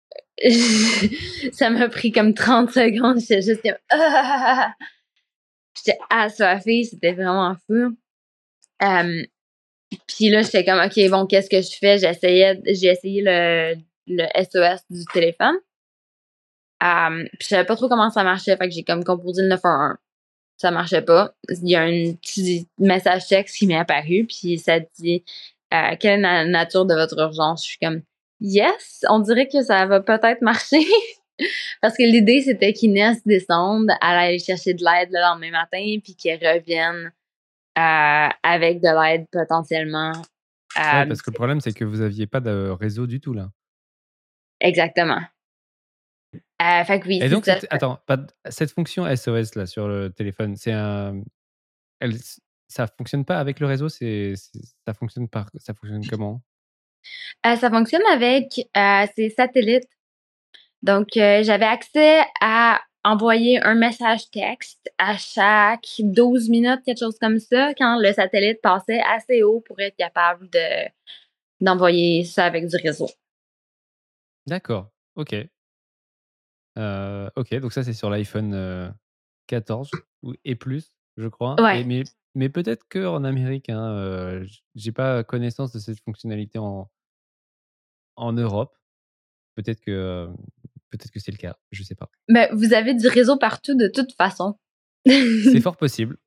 ça m'a pris comme trente secondes, j'étais juste comme ah! J'étais assoiffée, c'était vraiment fou. Euh, Puis là, j'étais comme, OK, bon, qu'est-ce que je fais? J'essayais, j'ai essayé le, le S O S du téléphone. Um, puis je savais pas trop comment ça marchait, fait que j'ai comme composé le neuf un un. Ça marchait pas. Il y a un petit message texte qui m'est apparu, puis ça dit euh, quelle est la nature de votre urgence? Je suis comme, yes, on dirait que ça va peut-être marcher. Parce que l'idée, c'était qu'Inès descende, elle allait chercher de l'aide le lendemain matin, puis qu'elle revienne euh, avec de l'aide potentiellement. Ouais, Euh, parce que le problème, c'est que vous aviez pas de réseau du tout, là. Exactement. Euh, fait que oui, Et c'est donc, ça. cette, attends, pas de- cette fonction S O S, là, sur le téléphone, c'est un... Elle, ça fonctionne pas avec le réseau, c'est, c'est- ça fonctionne par, ça fonctionne comment? Euh, ça fonctionne avec euh, ces satellites. Donc, euh, j'avais accès à envoyer un message texte à chaque douze minutes, quelque chose comme ça, quand le satellite passait assez haut pour être capable de d'envoyer ça avec du réseau. D'accord, ok. Euh, ok, donc ça, c'est sur l'iPhone euh, quatorze ou- et plus, je crois. Et, Ouais. mais mais peut-être qu'en Amérique, hein, euh, j- j'ai pas connaissance de cette fonctionnalité en, en Europe. Peut-être que, euh, peut-être que c'est le cas, je sais pas. Mais vous avez du réseau partout de toute façon. C'est fort possible.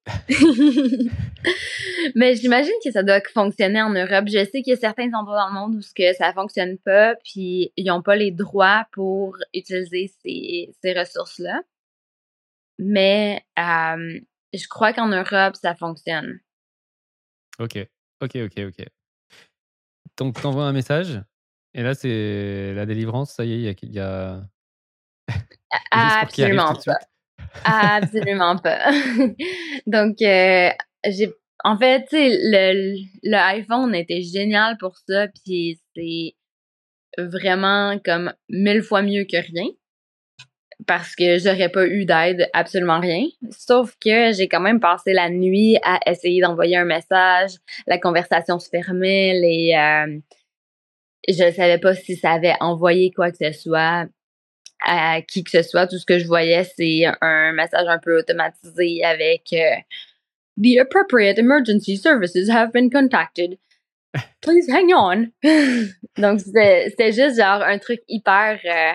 Mais j'imagine que ça doit fonctionner en Europe. Je sais qu'il y a certains endroits dans le monde où ce que ça fonctionne pas, puis ils n'ont pas les droits pour utiliser ces, ces ressources-là. Mais euh, je crois qu'en Europe, ça fonctionne. Ok, ok, ok, ok. Donc, t'envoies un message, et là, c'est la délivrance, ça y est, il y a, il y a les escorts qui arrivent tout Absolument de pas. suite. Absolument pas. Donc, euh, j'ai, en fait, tu sais, le, le iPhone était génial pour ça, puis c'est vraiment comme mille fois mieux que rien. Parce que j'aurais pas eu d'aide, absolument rien. Sauf que j'ai quand même passé la nuit à essayer d'envoyer un message. La conversation se fermait, les, euh, je savais pas si ça avait envoyé quoi que ce soit à qui que ce soit. Tout ce que je voyais, c'est un message un peu automatisé avec euh, The appropriate emergency services have been contacted. Please hang on. Donc, c'était c'était juste genre un truc hyper euh,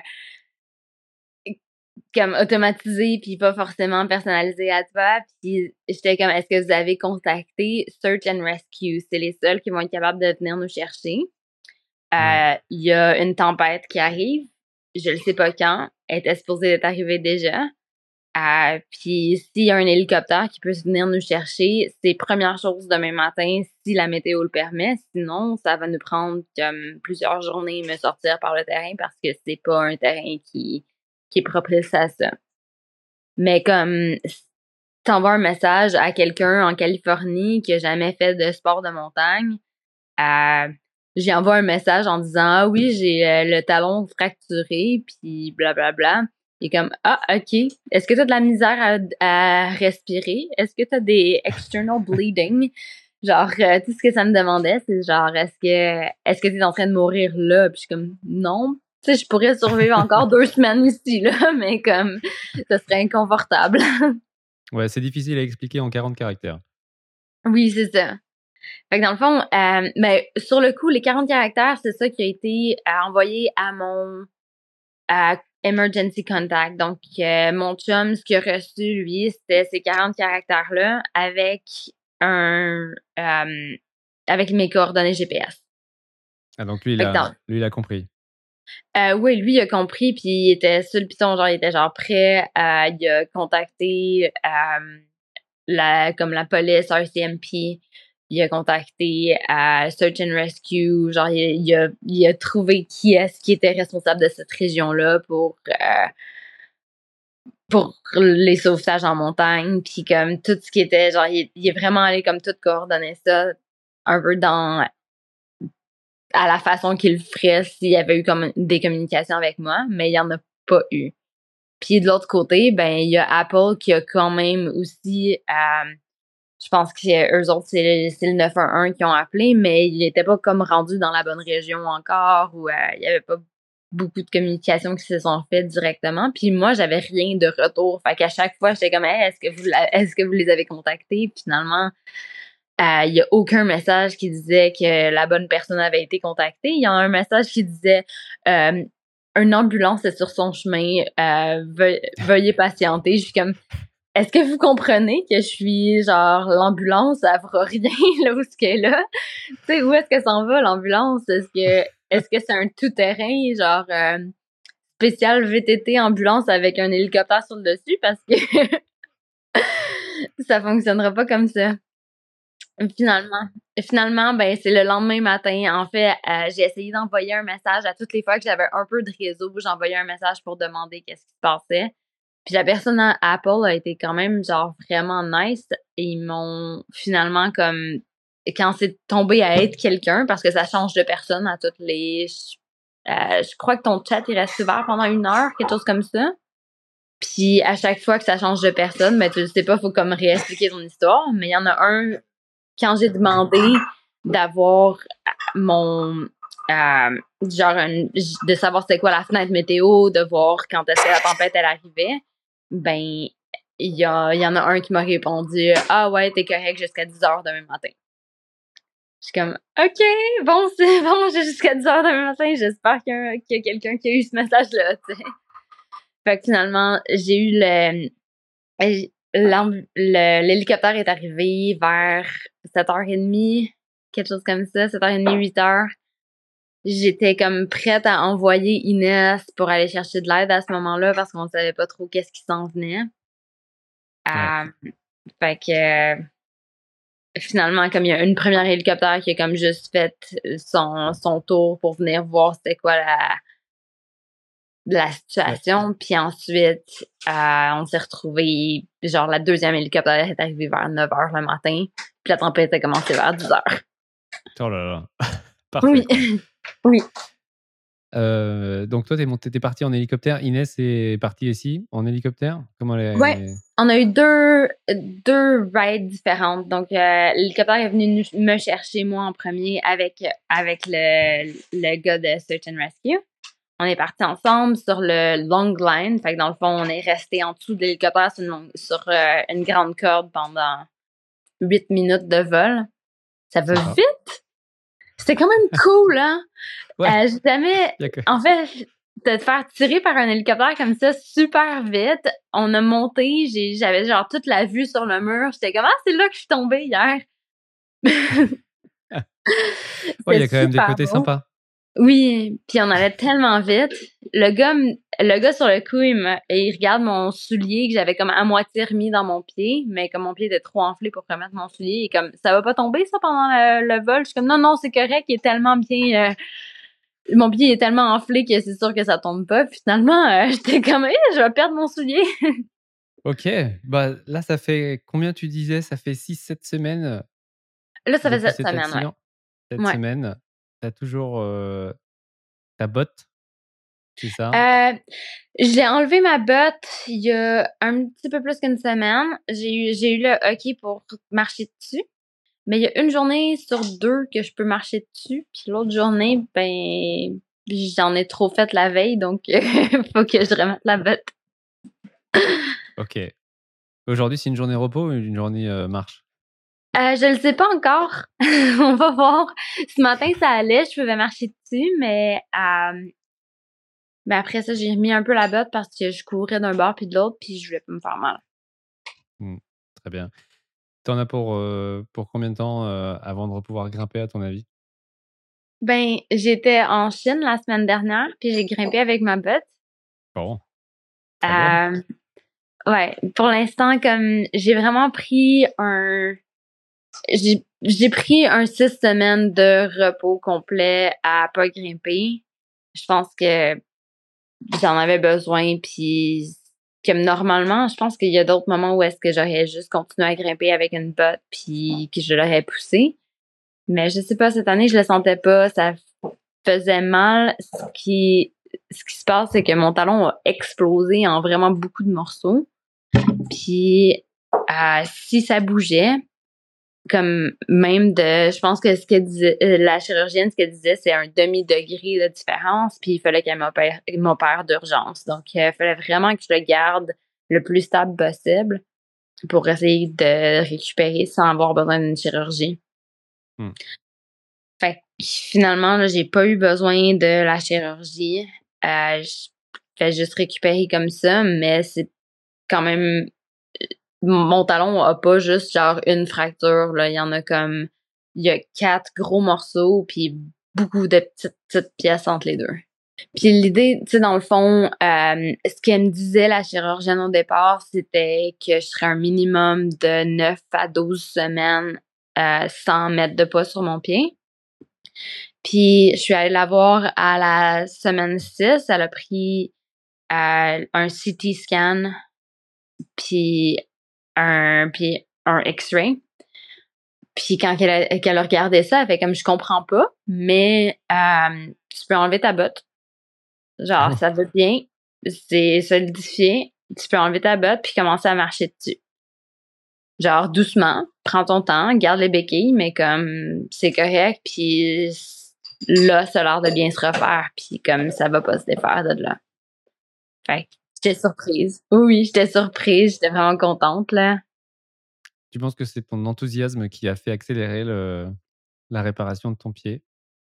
comme automatisé puis pas forcément personnalisé à toi. Puis j'étais comme, est-ce que vous avez contacté Search and Rescue? C'est les seuls qui vont être capables de venir nous chercher. Ouais. Euh, Il y a une tempête qui arrive. Je ne sais pas quand. Elle était supposée d'être arrivée déjà. Euh, puis s'il y a un hélicoptère qui peut venir nous chercher, c'est première chose demain matin si la météo le permet. Sinon, ça va nous prendre comme plusieurs journées me sortir par le terrain parce que c'est pas un terrain qui, qui est propice à ça. Mais comme t'envoies un message à quelqu'un en Californie qui a jamais fait de sport de montagne, euh, j'ai envoyé un message en disant ah oui j'ai euh, le talon fracturé puis blablabla. Il est comme ah ok, est-ce que t'as de la misère à, à respirer, est-ce que t'as des external bleeding, genre euh, tout ce que ça me demandait c'est genre est-ce que est-ce que t'es en train de mourir là, puis je suis comme non, tu sais je pourrais survivre encore deux semaines ici là mais comme ça serait inconfortable. Ouais, c'est difficile à expliquer en quarante caractères. Oui c'est ça. Fait que dans le fond, euh, ben, sur le coup, les quarante caractères, c'est ça qui a été euh, envoyé à mon à emergency contact. Donc, euh, mon chum, ce qu'il a reçu, lui, c'était ces quarante caractères-là avec un euh, avec mes coordonnées G P S. Ah, donc lui, il Fait que a, dans, lui, il a compris. euh, oui, lui, il a compris, puis il était sur le piton, genre, il était genre prêt. Euh, il a contacté euh, la, comme la police, R C M P. il a contacté euh, Search and Rescue, genre il, il, a, il a trouvé qui est-ce qui était responsable de cette région-là pour euh, pour les sauvetages en montagne, puis comme tout ce qui était, genre il, il est vraiment allé comme tout coordonner ça un peu dans à la façon qu'il ferait s'il y avait eu comme des communications avec moi, mais il y en a pas eu. Puis de l'autre côté, ben il y a Apple qui a quand même aussi, euh, je pense que eux autres c'est, c'est le neuf un un qui ont appelé, mais il était pas comme rendu dans la bonne région encore, ou euh, il y avait pas beaucoup de communications qui se sont faites directement. Puis moi j'avais rien de retour, fait qu'à chaque fois j'étais comme hey, est-ce que vous est-ce que vous les avez contactés? Puis finalement il euh, y a aucun message qui disait que la bonne personne avait été contactée. Il y a un message qui disait euh, une ambulance est sur son chemin, euh, veuille, veuillez patienter. Je suis comme, est-ce que vous comprenez que je suis genre l'ambulance, elle fera rien là où ce qu'elle est là? Tu sais, où est-ce que s'en va l'ambulance? Est-ce que est-ce que c'est un tout-terrain, genre euh, spécial V T T ambulance avec un hélicoptère sur le dessus? Parce que ça fonctionnera pas comme ça. Finalement, finalement, ben c'est le lendemain matin. En fait, euh, j'ai essayé d'envoyer un message à toutes les fois que j'avais un peu de réseau. J'envoyais un message pour demander qu'est-ce qui se passait. Puis la personne à Apple a été quand même genre vraiment nice. Et ils m'ont finalement comme quand c'est tombé à être quelqu'un, parce que ça change de personne à toutes les. Euh, je crois que ton chat il reste ouvert pendant une heure, quelque chose comme ça. Puis à chaque fois que ça change de personne, mais ben, tu le sais pas, faut comme réexpliquer ton histoire. Mais il y en a un. Quand j'ai demandé d'avoir mon euh, genre un, de savoir c'était quoi la fenêtre météo, de voir quand est-ce que la tempête elle arrivait, ben il y a il y en a un qui m'a répondu ah ouais t'es correct jusqu'à dix heures demain matin. Je suis comme ok bon c'est bon j'ai jusqu'à dix heures demain matin, j'espère qu'il y a, qu'il y a quelqu'un qui a eu ce message là, tu sais. Fait que finalement j'ai eu le l'hélicoptère est arrivé vers sept heures trente, quelque chose comme ça, sept heures trente, huit heures. J'étais comme prête à envoyer Inès pour aller chercher de l'aide à ce moment-là parce qu'on savait pas trop qu'est-ce qui s'en venait. Ouais. Euh, fait que euh, finalement, comme il y a une première hélicoptère qui a comme juste fait son, son tour pour venir voir c'était quoi la la situation, ouais. Puis ensuite euh, on s'est retrouvés, genre la deuxième hélicoptère est arrivée vers neuf heures le matin, puis la tempête a commencé vers dix heures. Oh là là. Parfait. Oui. Oui. Euh, donc toi t'es monté, t'es parti en hélicoptère. Inès est partie ici en hélicoptère. Comment les... Ouais, on a eu deux deux rides différentes. Donc euh, l'hélicoptère est venu me chercher moi en premier avec avec le le gars de Search and Rescue. On est partis ensemble sur le long line. Fait que dans le fond, on est resté en dessous de l'hélicoptère sur, une, longue, sur euh, une grande corde pendant huit minutes de vol. Ça va ça vite! Va. C'était quand même cool, hein? Ouais. Euh, j'ai jamais... En fait, de te faire tirer par un hélicoptère comme ça super vite. On a monté, j'ai, j'avais genre toute la vue sur le mur. J'étais comme, ah, c'est là que je suis tombée hier. Ouais, il y a quand même des côtés beau. Sympas. Oui, puis on allait tellement vite. Le gars, le gars sur le coup, il, me, il regarde mon soulier que j'avais comme à moitié remis dans mon pied, mais comme mon pied était trop enflé pour remettre mon soulier, et comme ça va pas tomber ça pendant le, le vol. Je suis comme non non c'est correct, il est tellement bien, euh, mon pied est tellement enflé que c'est sûr que ça tombe pas. Puis finalement, euh, j'étais comme eh, je vais perdre mon soulier. Ok, bah là ça fait combien tu disais? Ça fait six sept semaines. Là ça fait sept semaines, ouais. Cette ouais. semaine, t'as toujours euh, ta botte, c'est ça? Euh, j'ai enlevé ma botte il y a un petit peu plus qu'une semaine. J'ai eu, j'ai eu le hockey pour marcher dessus. Mais il y a une journée sur deux que je peux marcher dessus. Puis l'autre journée, ben, j'en ai trop fait la veille. Donc, il faut que je remette la botte. OK. Aujourd'hui, c'est une journée repos ou une journée euh, marche? Euh, je le sais pas encore. On va voir. Ce matin, ça allait. Je pouvais marcher dessus, mais... Euh, mais après ça, j'ai remis un peu la botte parce que je courais d'un bord puis de l'autre, puis je voulais pas me faire mal. Mmh, très bien. T'en as pour, euh, pour combien de temps euh, avant de pouvoir grimper, à ton avis? Ben, j'étais en Chine la semaine dernière, puis j'ai grimpé avec ma botte. Bon. Euh, ouais, pour l'instant, comme j'ai vraiment pris un... j'ai, j'ai pris un six semaines de repos complet à pas grimper. Je pense que j'en avais besoin, puis comme normalement, je pense qu'il y a d'autres moments où est-ce que j'aurais juste continué à grimper avec une botte puis que je l'aurais poussé. Mais je sais pas, cette année, je le sentais pas, ça faisait mal. Ce qui, ce qui se passe, c'est que mon talon a explosé en vraiment beaucoup de morceaux. Puis, euh, si ça bougeait, comme même de, je pense que ce que disait, euh, la chirurgienne, ce qu'elle disait, c'est un demi-degré de différence, puis il fallait qu'elle m'opère, m'opère d'urgence. Donc, il fallait vraiment que je le garde le plus stable possible pour essayer de récupérer sans avoir besoin d'une chirurgie. Hmm. Fait que finalement, là, j'ai pas eu besoin de la chirurgie. Euh, je fais juste récupérer comme ça, mais c'est quand même, mon talon a pas juste genre une fracture, là. Il y en a comme, il y a quatre gros morceaux puis beaucoup de petites, petites pièces entre les deux. Puis l'idée, tu sais, dans le fond, euh, ce qu'elle me disait, la chirurgienne au départ, c'était que je serais un minimum de neuf à douze semaines euh, sans mettre de poids sur mon pied. Puis je suis allée la voir à la semaine six. Elle a pris euh, un C T scan puis un, puis un X-ray. Puis quand elle a, qu'elle a regardé ça, elle fait comme, je comprends pas, mais euh, tu peux enlever ta botte. Genre, ça va bien, c'est solidifié, tu peux enlever ta botte puis commencer à marcher dessus. Genre, doucement, prends ton temps, garde les béquilles, mais comme, c'est correct, puis là, ça a l'air de bien se refaire, puis comme, ça va pas se défaire de là. Fait que j'étais surprise. Oui, j'étais surprise, j'étais vraiment contente, là. Tu penses que c'est ton enthousiasme qui a fait accélérer le, la réparation de ton pied?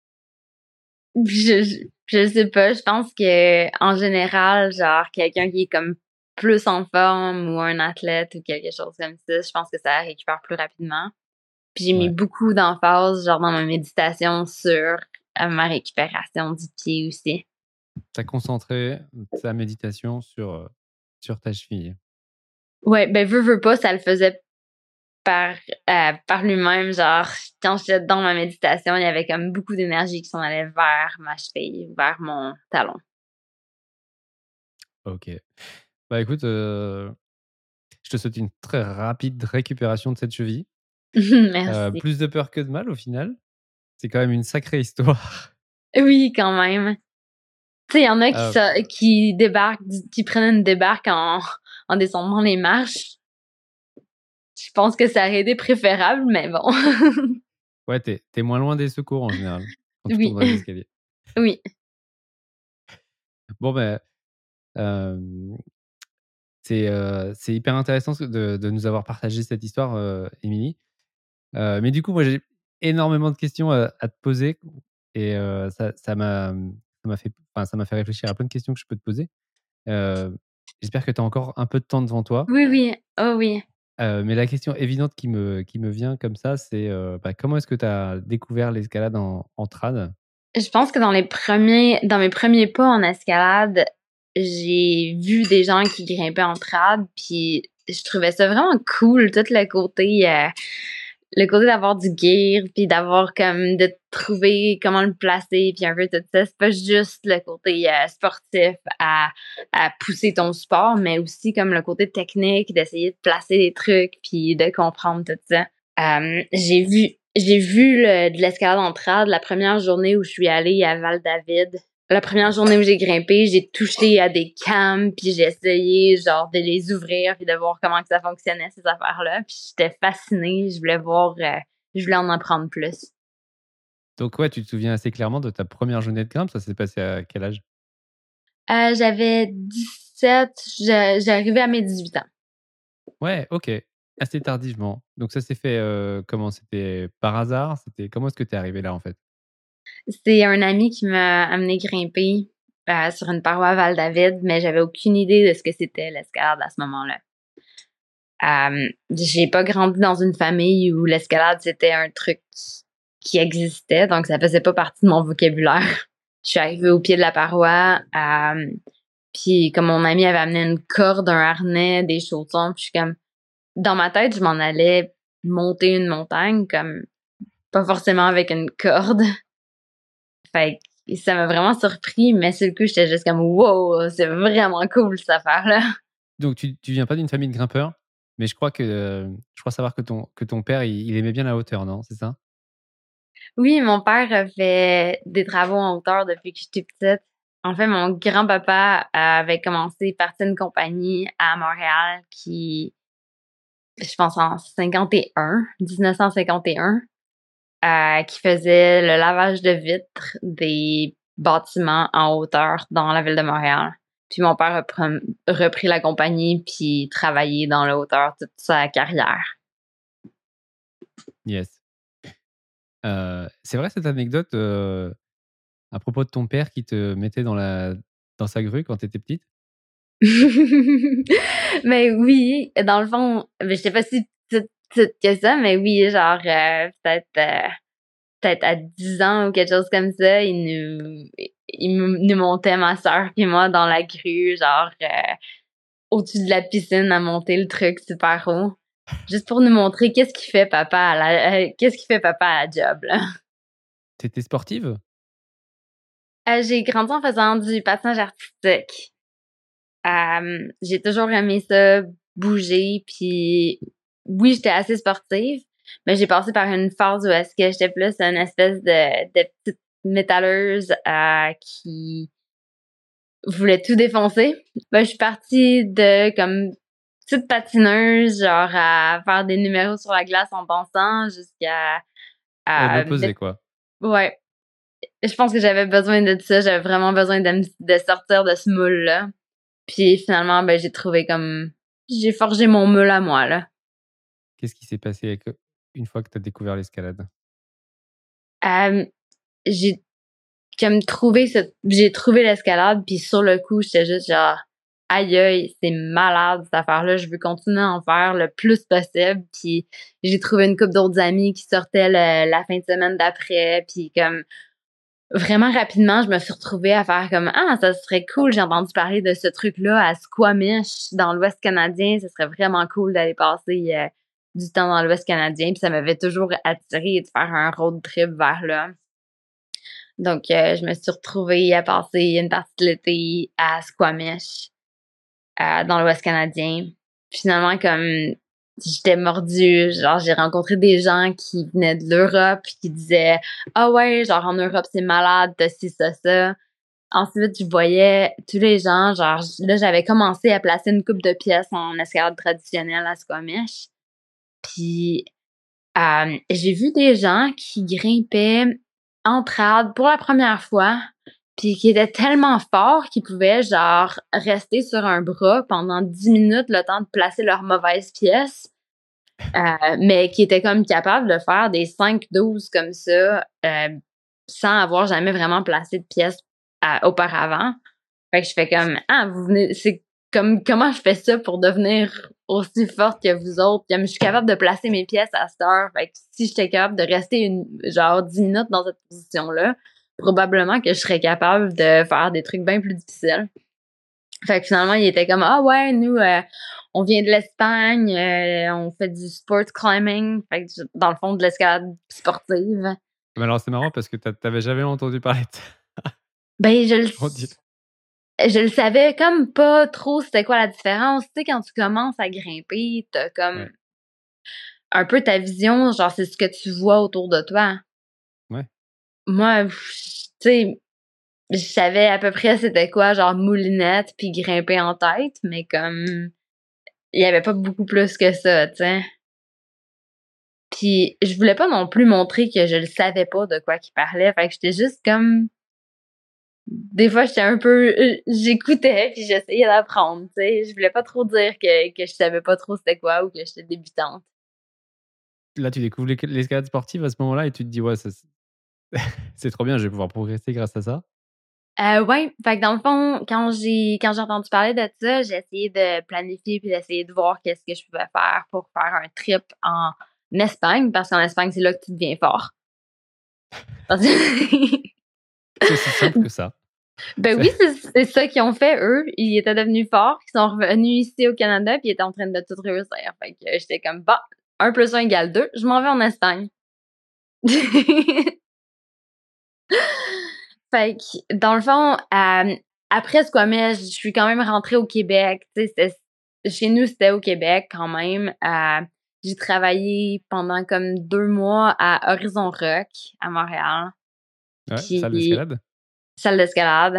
Je, je, je sais pas, je pense que en général, genre quelqu'un qui est comme plus en forme ou un athlète ou quelque chose comme ça, je pense que ça récupère plus rapidement. Puis j'ai mis Ouais. beaucoup d'emphase, genre dans ma méditation, sur euh, ma récupération du pied aussi. Tu as concentré ta méditation sur, euh, sur ta cheville. Ouais, ben veux, veux pas, ça le faisait par euh, par lui-même. Genre, quand j'étais dans ma méditation, il y avait comme beaucoup d'énergie qui s'en allait vers ma cheville, vers mon talon. Ok. Bah écoute, euh, je te souhaite une très rapide récupération de cette cheville. Merci. Euh, plus de peur que de mal au final. C'est quand même une sacrée histoire. Oui, quand même. Tu sais, il y en a qui, Euh, ça, qui débarquent, qui prennent une débarque en, en descendant les marches. Je pense que ça aurait été préférable, mais bon. ouais, t'es, t'es moins loin des secours en général quand tu tombes Oui. dans les escaliers. Oui. Bon, ben, euh, c'est, euh, c'est hyper intéressant de, de nous avoir partagé cette histoire, euh, Émilie. Euh, mais du coup, moi, j'ai énormément de questions à, à te poser et euh, ça, ça m'a, ça m'a fait, enfin, ça m'a fait réfléchir à plein de questions que je peux te poser. Euh, j'espère que tu as encore un peu de temps devant toi. Oui, oui. Oh oui. Euh, mais la question évidente qui me, qui me vient comme ça, c'est euh, bah, comment est-ce que tu as découvert l'escalade en, en trad? Je pense que dans les premiers, dans mes premiers pas en escalade, j'ai vu des gens qui grimpaient en trad, puis je trouvais ça vraiment cool, tout le côté, euh, le côté d'avoir du gear, puis d'avoir comme de trouver comment le placer, puis un peu tout ça. C'est pas juste le côté euh, sportif à, à pousser ton sport, mais aussi comme le côté technique, d'essayer de placer des trucs, puis de comprendre tout ça. Euh, j'ai vu j'ai vu le, de l'escalade en trad la première journée où je suis allée à Val-David. La première journée où j'ai grimpé, j'ai touché à des cams, puis j'ai essayé genre de les ouvrir puis de voir comment que ça fonctionnait ces affaires-là. Puis j'étais fascinée, je voulais voir, euh, je voulais en apprendre plus. Donc, ouais, tu te souviens assez clairement de ta première journée de grimpe. Ça s'est passé à quel âge? Euh, j'avais dix-sept, je- j'arrivais à mes dix-huit ans. Ouais, ok. Assez tardivement. Donc, ça s'est fait euh, comment? C'était par hasard? C'était comment est-ce que tu es arrivé là en fait? C'est un ami qui m'a amené grimper euh, sur une paroi à Val-David, mais j'avais aucune idée de ce que c'était l'escalade à ce moment-là. Euh, j'ai pas grandi dans une famille où l'escalade c'était un truc qui existait, donc ça faisait pas partie de mon vocabulaire. Je suis arrivée au pied de la paroi, euh, puis comme mon ami avait amené une corde, un harnais, des chaussons, puis je suis comme, dans ma tête, je m'en allais monter une montagne, comme pas forcément avec une corde. Fait que ça m'a vraiment surpris, mais sur le coup, j'étais juste comme « Wow, c'est vraiment cool cette affaire-là! » Donc tu tu viens pas d'une famille de grimpeurs, mais je crois que, heu, je crois savoir que ton que ton père, il il aimait bien la hauteur, non? C'est ça? Oui, mon père a fait des travaux en hauteur depuis que j'étais petite. En fait, mon grand-papa avait commencé parti une compagnie à Montréal qui, je pense en cinquante et un, dix-neuf cent cinquante et un, euh, qui faisait le lavage de vitres des bâtiments en hauteur dans la ville de Montréal. Puis mon père a pr- repris la compagnie puis travaillé dans la hauteur toute sa carrière. Yes. Heu, c'est vrai cette anecdote, heu, à propos de ton père qui te mettait dans la dans sa grue quand tu étais petite? Mais oui, dans le fond, mais je sais pas si petite, petite que ça, mais oui, genre euh, peut-être euh, peut-être à dix ans ou quelque chose comme ça, il nous il nous nous montait ma sœur puis moi dans la grue, genre euh, au-dessus de la piscine à monter le truc super haut, juste pour nous montrer qu'est-ce qu'il fait papa à la euh, qu'est-ce qu'il fait papa à la job là. Tu étais sportive? Euh, j'ai grandi en faisant du patinage artistique. Euh, j'ai toujours aimé ça, bouger, puis oui, j'étais assez sportive, mais j'ai passé par une phase où est-ce que j'étais plus une espèce de, de petite métalleuse euh, qui voulait tout défoncer. Ben, je suis partie de comme petite patineuse, genre à faire des numéros sur la glace en dansant jusqu'à Ouais, à, l'opposé quoi. ouais. Je pense que j'avais besoin de ça, j'avais vraiment besoin de, me- de sortir de ce moule-là. Puis finalement, ben, j'ai trouvé comme... J'ai forgé mon meule à moi, là. Qu'est-ce qui s'est passé avec, une fois que tu as découvert l'escalade? Euh, j'ai comme trouvé ce... J'ai trouvé l'escalade, puis sur le coup, j'étais juste genre... Aïe aïe, c'est malade cette affaire-là, je veux continuer à en faire le plus possible. Puis j'ai trouvé une couple d'autres amis qui sortaient le- la fin de semaine d'après, puis comme... Vraiment rapidement, je me suis retrouvée à faire comme ah, ça serait cool, j'ai entendu parler de ce truc-là à Squamish dans l'Ouest canadien, ce serait vraiment cool d'aller passer euh, du temps dans l'Ouest canadien, puis ça m'avait toujours attiré de faire un road trip vers là. Donc euh, je me suis retrouvée à passer une partie de l'été à Squamish euh, dans l'Ouest canadien. Finalement, comme j'étais mordue, genre j'ai rencontré des gens qui venaient de l'Europe qui disaient ah ouais, genre en Europe c'est malade, t'as ci, ça, ça. Ensuite, je voyais tous les gens, genre là j'avais commencé à placer une coupe de pièces en escalade traditionnelle à Squamish. Puis euh, j'ai vu des gens qui grimpaient en trad pour la première fois, puis qui étaient tellement forts qu'ils pouvaient genre rester sur un bras pendant dix minutes le temps de placer leur mauvaise pièce, euh, mais qui étaient comme capables de faire des cinq douze comme ça euh, sans avoir jamais vraiment placé de pièce euh, auparavant. Fait que je fais comme ah vous venez c'est comme comment je fais ça pour devenir aussi forte que vous autres. Comme je suis capable de placer mes pièces à cette heure. Fait que si j'étais capable de rester une genre dix minutes dans cette position-là, probablement que je serais capable de faire des trucs bien plus difficiles. Fait que finalement, il était comme ah ouais, nous euh, on vient de l'Espagne, euh, on fait du sport climbing, fait que dans le fond de l'escalade sportive. Mais alors c'est marrant parce que tu as jamais entendu parler de ça. Ben je le Mon Dieu. je le savais comme pas trop c'était quoi la différence. Tu sais, quand tu commences à grimper, t'as comme Ouais, un peu ta vision, genre c'est ce que tu vois autour de toi. ouais. Moi, pff, tu sais, je savais à peu près c'était quoi, genre moulinette puis grimper en tête, mais comme il y avait pas beaucoup plus que ça, tu sais. Puis je voulais pas non plus montrer que je le savais pas de quoi qu'il parlait, fait que j'étais juste comme des fois j'étais un peu euh, j'écoutais puis j'essayais d'apprendre, tu sais, je voulais pas trop dire que que je savais pas trop c'était quoi ou que j'étais débutante. Là, tu découvres l'é l'escalade sportive à ce moment-là et tu te dis: «Ouais, ça c'est c'est trop bien, je vais pouvoir progresser grâce à ça». Euh, ouais, fait que dans le fond, quand j'ai quand j'ai entendu parler de ça, j'ai essayé de planifier puis d'essayer de voir qu'est-ce que je pouvais faire pour faire un trip en Espagne parce qu'en Espagne, c'est là que tu deviens fort. Parce que- C'est aussi simple que ça. ben C'est oui, c'est c'est ça qu'ils ont fait eux, ils étaient devenus forts, ils sont revenus ici au Canada puis ils étaient en train de tout réussir. Fait que j'étais comme bah, un plus un égale deux, je m'en vais en Espagne. Fait que, dans le fond, euh, après Squamish, je suis quand même rentrée au Québec. Tu sais, chez nous, c'était au Québec quand même. Euh, j'ai travaillé pendant comme deux mois à Horizon Rock, à Montréal. Ouais, Puis, salle d'escalade. Salle d'escalade.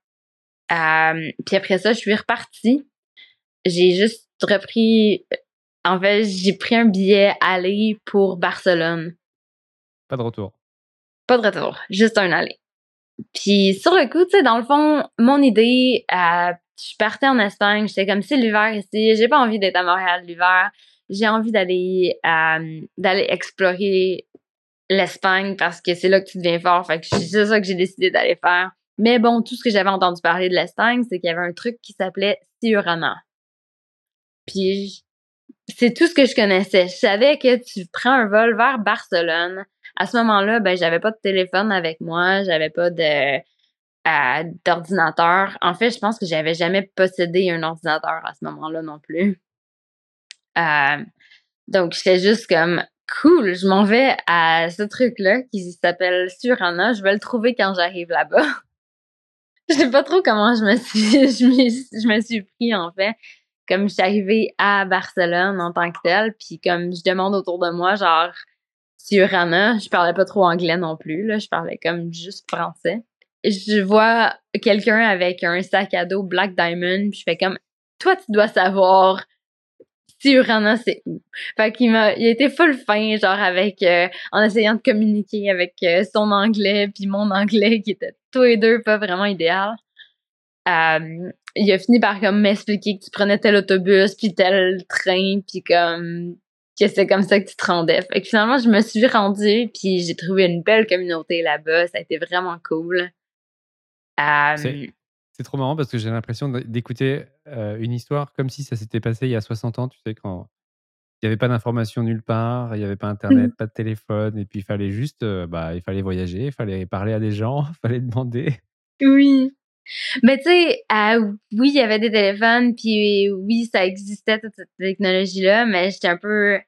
Euh, puis après ça, je suis repartie. J'ai juste repris... En fait, j'ai pris un billet aller pour Barcelone. Pas de retour. Pas de retour, juste un aller. Puis sur le coup, tu sais, dans le fond, mon idée, euh, je partais en Espagne, j'étais comme c'est l'hiver ici, j'ai pas envie d'être à Montréal l'hiver, j'ai envie d'aller euh, d'aller explorer l'Espagne parce que c'est là que tu deviens fort, fait que c'est ça que j'ai décidé d'aller faire. Mais bon, tout ce que j'avais entendu parler de l'Espagne, c'est qu'il y avait un truc qui s'appelait Tiurana. Puis c'est tout ce que je connaissais. Je savais que tu prends un vol vers Barcelone. À ce moment-là, ben j'avais pas de téléphone avec moi, j'avais pas de euh, d'ordinateur. En fait, je pense que j'avais jamais possédé un ordinateur à ce moment-là non plus. Euh, donc j'étais juste comme cool, je m'en vais à ce truc-là qui s'appelle Surana. Je vais le trouver quand j'arrive là-bas. Je sais pas trop comment je me suis je me, je me suis pris en fait. Comme je suis arrivée à Barcelone en tant que telle, puis comme je demande autour de moi, genre, Tiurana, je parlais pas trop anglais non plus, là, je parlais comme juste français. Je vois quelqu'un avec un sac à dos Black Diamond, puis je fais comme, toi, tu dois savoir, Tiurana, c'est où? Fait qu'il m'a, il a été full fin, genre, avec, euh, en essayant de communiquer avec euh, son anglais, puis mon anglais, qui était tous les deux pas vraiment idéal. Euh, il a fini par comme m'expliquer que tu prenais tel autobus puis tel train puis comme que c'est comme ça que tu te rendais. Fait que finalement je me suis rendue puis j'ai trouvé une belle communauté là-bas, ça a été vraiment cool. Euh, C'est, c'est trop marrant parce que j'ai l'impression d'écouter euh, une histoire comme si ça s'était passé il y a soixante ans, tu sais, quand il n'y avait pas d'informations nulle part, il n'y avait pas Internet, pas de téléphone, et puis il fallait juste, euh, bah, il fallait voyager, il fallait parler à des gens, il fallait demander. oui. Mais tu sais, euh, oui, il y avait des téléphones puis oui, ça existait toute cette technologie-là, mais j'étais un peu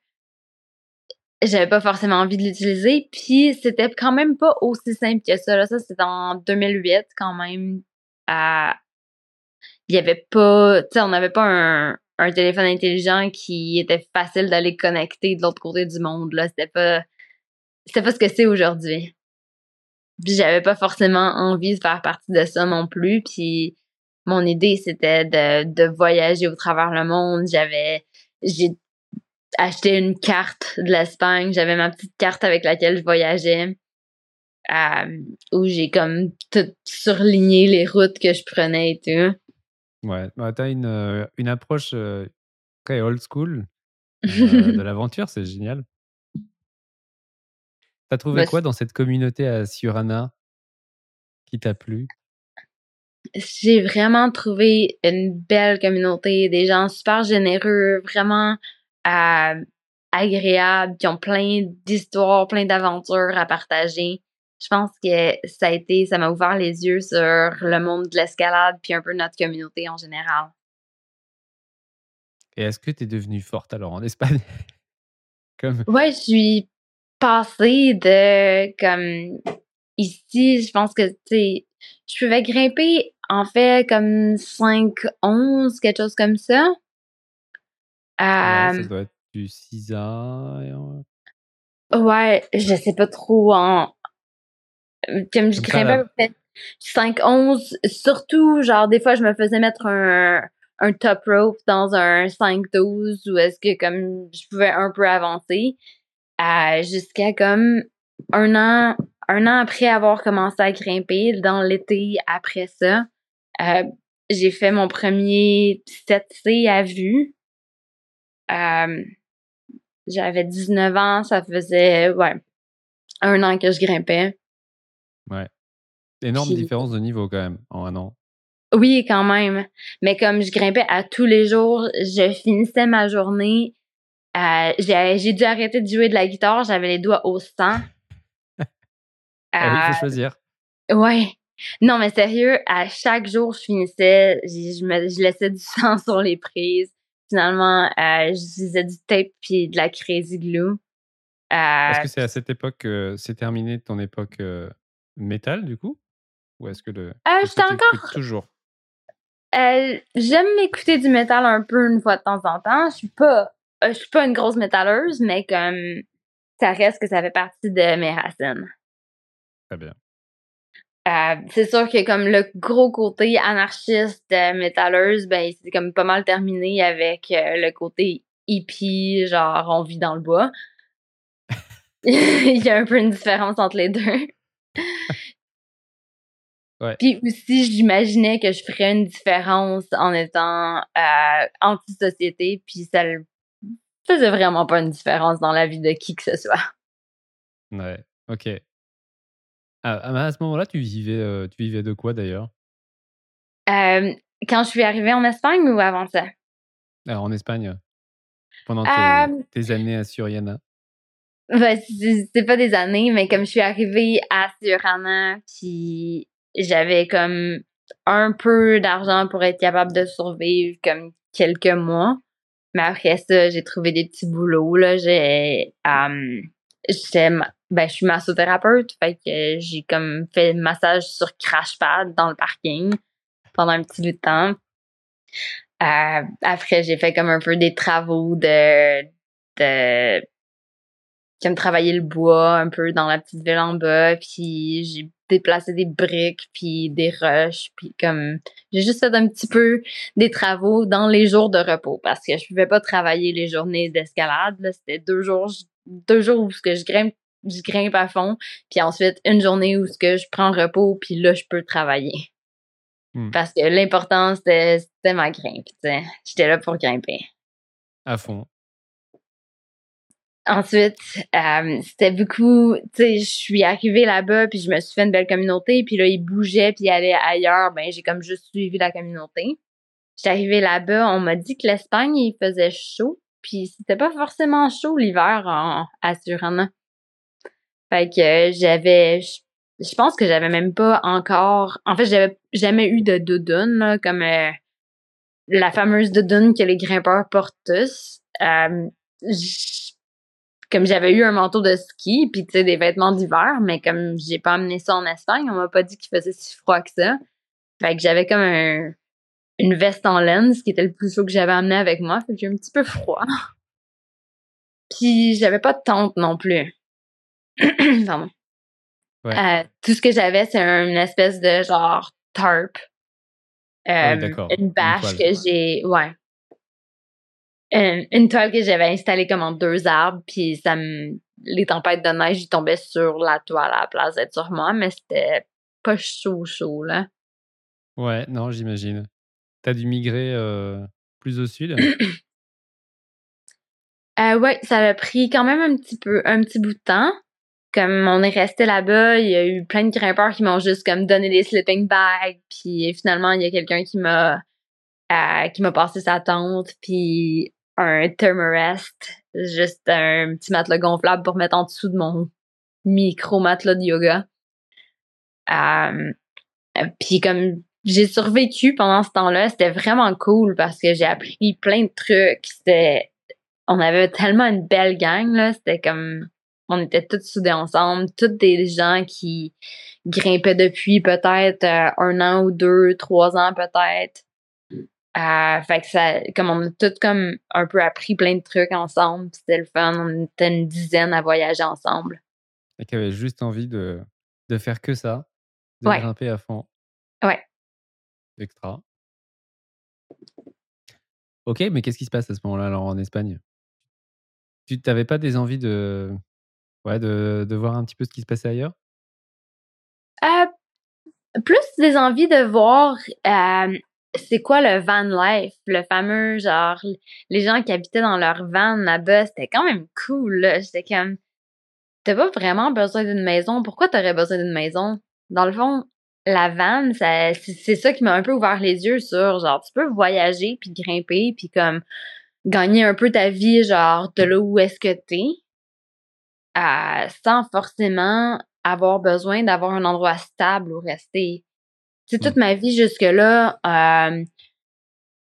j'avais pas forcément envie de l'utiliser, puis c'était quand même pas aussi simple que ça. Là. Ça, c'était en deux mille huit quand même. Euh, il y avait pas, tu sais, on n'avait pas un, un téléphone intelligent qui était facile d'aller connecter de l'autre côté du monde. Là, c'était pas, c'était pas ce que c'est aujourd'hui. Puis j'avais pas forcément envie de faire partie de ça non plus. Puis mon idée, c'était de, de voyager au travers le monde. J'avais, j'ai acheté une carte de l'Espagne. J'avais ma petite carte avec laquelle je voyageais. Euh, où j'ai comme tout surligné les routes que je prenais et tout. Ouais, bah, t'as une, euh, une approche euh, très old school euh, de l'aventure, c'est génial. T'as trouvé Bah, quoi dans cette communauté à Siurana qui t'a plu? j'ai vraiment trouvé une belle communauté, des gens super généreux, vraiment euh, agréables, qui ont plein d'histoires, plein d'aventures à partager. Je pense que ça a été, ça m'a ouvert les yeux sur le monde de l'escalade puis un peu notre communauté en général. Et est-ce que t'es devenue forte alors en Espagne? Comme... Ouais, je suis passée de comme ici, je pense que tu sais, je pouvais grimper en fait comme cinq onze, quelque chose comme ça. Ouais, ça Euh, doit être du six A. et, euh, ouais, je sais pas trop en comme je Comme ça, grimpais à là. peu près cinq onze, surtout genre des fois je me faisais mettre un un top rope dans un cinq douze où est-ce que comme je pouvais un peu avancer euh, jusqu'à comme un an un an après avoir commencé à grimper dans l'été après ça euh, j'ai fait mon premier sept C à vue. Euh, j'avais dix-neuf ans, ça faisait ouais un an que je grimpais. Ouais. Énorme Puis différence de niveau quand même en un an. oui, quand même. Mais comme je grimpais à tous les jours, je finissais ma journée. Euh, j'ai, j'ai dû arrêter de jouer de la guitare, j'avais les doigts au sang. Ah oui, il faut Euh, choisir. ouais. Non, mais sérieux, à chaque jour, je finissais, je, je, me, je laissais du sang sur les prises. finalement, euh, j'utilisais du tape puis de la crazy glue. Est-ce Euh, que c'est à cette époque que c'est terminé ton époque euh, métal, du coup? Ou est-ce que le euh, est-ce que j'étais tu écoutes encore. toujours? Euh, j'aime m'écouter du métal un peu une fois de temps en temps. Je suis pas, euh, je suis pas une grosse métalleuse, mais comme ça reste que ça fait partie de mes racines. Très bien. Euh, c'est sûr que comme le gros côté anarchiste euh, métalleuse, ben c'est comme pas mal terminé avec euh, le côté hippie, genre on vit dans le bois. Il y a un peu une différence entre les deux. Ouais. Puis aussi, j'imaginais que je ferais une différence en étant euh, anti-société, puis ça le faisait vraiment pas une différence dans la vie de qui que ce soit. Ouais. OK. Ah, ah, bah, à ce moment-là, tu vivais, euh, tu vivais de quoi d'ailleurs? Euh, Quand je suis arrivée en Espagne ou avant ça? Ah, en Espagne, pendant tes, Euh, tes années à Suriana. ben, c'est c'est pas des années, mais comme je suis arrivée à Suriana, puis j'avais comme un peu d'argent pour être capable de survivre comme quelques mois. Mais après ça, j'ai trouvé des petits boulots, là. J'ai, euh, j'étais, ma- ben, je suis massothérapeute, fait que j'ai comme fait le massage sur crash pad dans le parking pendant un petit bout de temps. Euh, après, j'ai fait comme un peu des travaux de, de, comme travailler le bois un peu dans la petite ville en bas, puis j'ai déplacé des briques puis des roches, puis comme j'ai juste fait un petit peu des travaux dans les jours de repos parce que je pouvais pas travailler les journées d'escalade là, c'était deux jours deux jours où ce que je grimpe je grimpe à fond, puis ensuite une journée où ce que je prends repos puis là je peux travailler Hmm. parce que l'important c'était c'était ma grimpe, tu sais. J'étais là pour grimper. À fond. Ensuite, euh, c'était beaucoup, tu sais, je suis arrivée là-bas, puis je me suis fait une belle communauté, puis là, ils bougeaient, puis ils allaient ailleurs, ben j'ai comme juste suivi la communauté. J'étais arrivée là-bas, on m'a dit que l'Espagne, il faisait chaud, puis c'était pas forcément chaud l'hiver en, à Suriname. Fait que euh, j'avais, je, je pense que j'avais même pas encore, en fait, j'avais jamais eu de doudoune, là, comme euh, la fameuse doudoune que les grimpeurs portent tous. Euh, j- Comme j'avais eu un manteau de ski puis tu sais des vêtements d'hiver, mais comme j'ai pas amené ça en Espagne, on m'a pas dit qu'il faisait si froid que ça. Fait que j'avais comme un, une veste en laine, ce qui était le plus chaud que j'avais amené avec moi, fait que j'ai un petit peu froid. Puis j'avais pas de tente non plus. Pardon. Ouais. Euh, tout ce que j'avais, c'est une espèce de genre tarp, Ah oui, euh, d'accord. une Une bâche toile. que j'ai, ouais, une, une toile que j'avais installée comme en deux arbres, puis ça me, les tempêtes de neige, ils tombaient sur la toile à la place d'être sur moi, mais c'était pas chaud chaud, là. Ouais, non, j'imagine. T'as dû migrer euh, plus au sud? Euh, ouais, ça a pris quand même un petit peu, un petit bout de temps. Comme on est resté là-bas, il y a eu plein de grimpeurs qui m'ont juste comme donné des sleeping bags, puis finalement il y a quelqu'un qui m'a euh, qui m'a passé sa tente, puis un thermarest, juste un petit matelas gonflable pour mettre en dessous de mon micro matelas de yoga. Euh, puis comme j'ai survécu pendant ce temps-là, c'était vraiment cool parce que j'ai appris plein de trucs. C'était, on avait tellement une belle gang là, c'était comme on était tous soudés ensemble, toutes des gens qui grimpaient depuis peut-être euh, un an ou deux, trois ans peut-être. Euh, fait que ça, comme on a tous comme un peu appris plein de trucs ensemble, puis c'était le fun. On était une dizaine à voyager ensemble. Et qui avait juste envie de, de faire que ça, de Ouais, grimper à fond. ouais. Extra. Ok, mais qu'est-ce qui se passe à ce moment-là alors en Espagne? Tu t'avais pas des envies de, ouais, de, de voir un petit peu ce qui se passait ailleurs? Euh, Plus des envies de voir euh, c'est quoi le van life, le fameux genre les gens qui habitaient dans leur van là-bas, c'était quand même cool là. J'étais comme t'as pas vraiment besoin d'une maison, pourquoi t'aurais besoin d'une maison? Dans le fond, la van, ça c'est c'est ça qui m'a un peu ouvert les yeux sur genre tu peux voyager puis grimper puis comme gagner un peu ta vie genre de là où est-ce que t'es euh, sans forcément avoir besoin d'avoir un endroit stable où rester. Tu sais, toute Hmm. ma vie jusque-là, euh,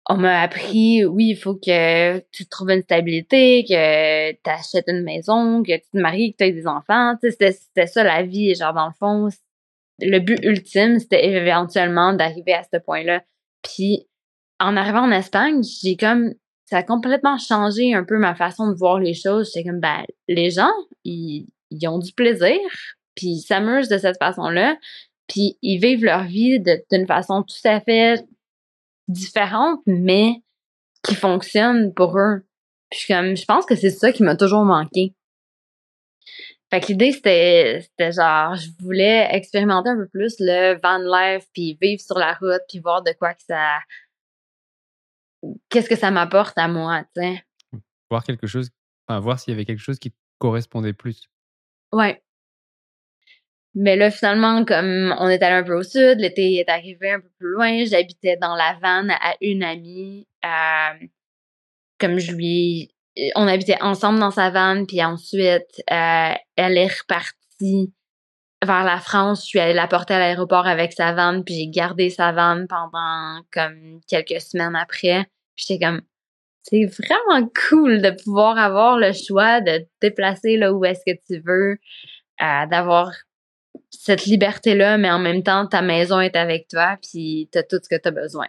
on m'a appris, oui, il faut que tu trouves une stabilité, que tu achètes une maison, que tu te maries, que tu aies des enfants. Tu sais, c'était, c'était ça la vie. Genre, dans le fond, le but ultime, c'était éventuellement d'arriver à ce point-là. Puis, en arrivant en Espagne, j'ai comme, ça a complètement changé un peu ma façon de voir les choses. J'étais comme, ben, les gens, ils, ils ont du plaisir, puis ils s'amusent de cette façon-là, puis ils vivent leur vie de- d'une façon tout à fait différente, mais qui fonctionne pour eux. Puis comme, je pense que c'est ça qui m'a toujours manqué. Fait que l'idée, c'était, c'était genre, je voulais expérimenter un peu plus le van life, puis vivre sur la route, puis voir de quoi que ça, qu'est-ce que ça m'apporte à moi, tu sais. Voir quelque chose, enfin, voir s'il y avait quelque chose qui te correspondait plus. Ouais. Mais là, finalement, comme on est allé un peu au sud, l'été est arrivé un peu plus loin, j'habitais dans la van à une amie, euh, comme je lui, on habitait ensemble dans sa van, puis ensuite, euh, elle est repartie vers la France. Je suis allée la porter à l'aéroport avec sa van, puis j'ai gardé sa van pendant comme quelques semaines après. Puis j'étais comme, c'est vraiment cool de pouvoir avoir le choix de te déplacer là où est-ce que tu veux, euh, d'avoir cette liberté-là, mais en même temps, ta maison est avec toi, puis t'as tout ce que t'as besoin.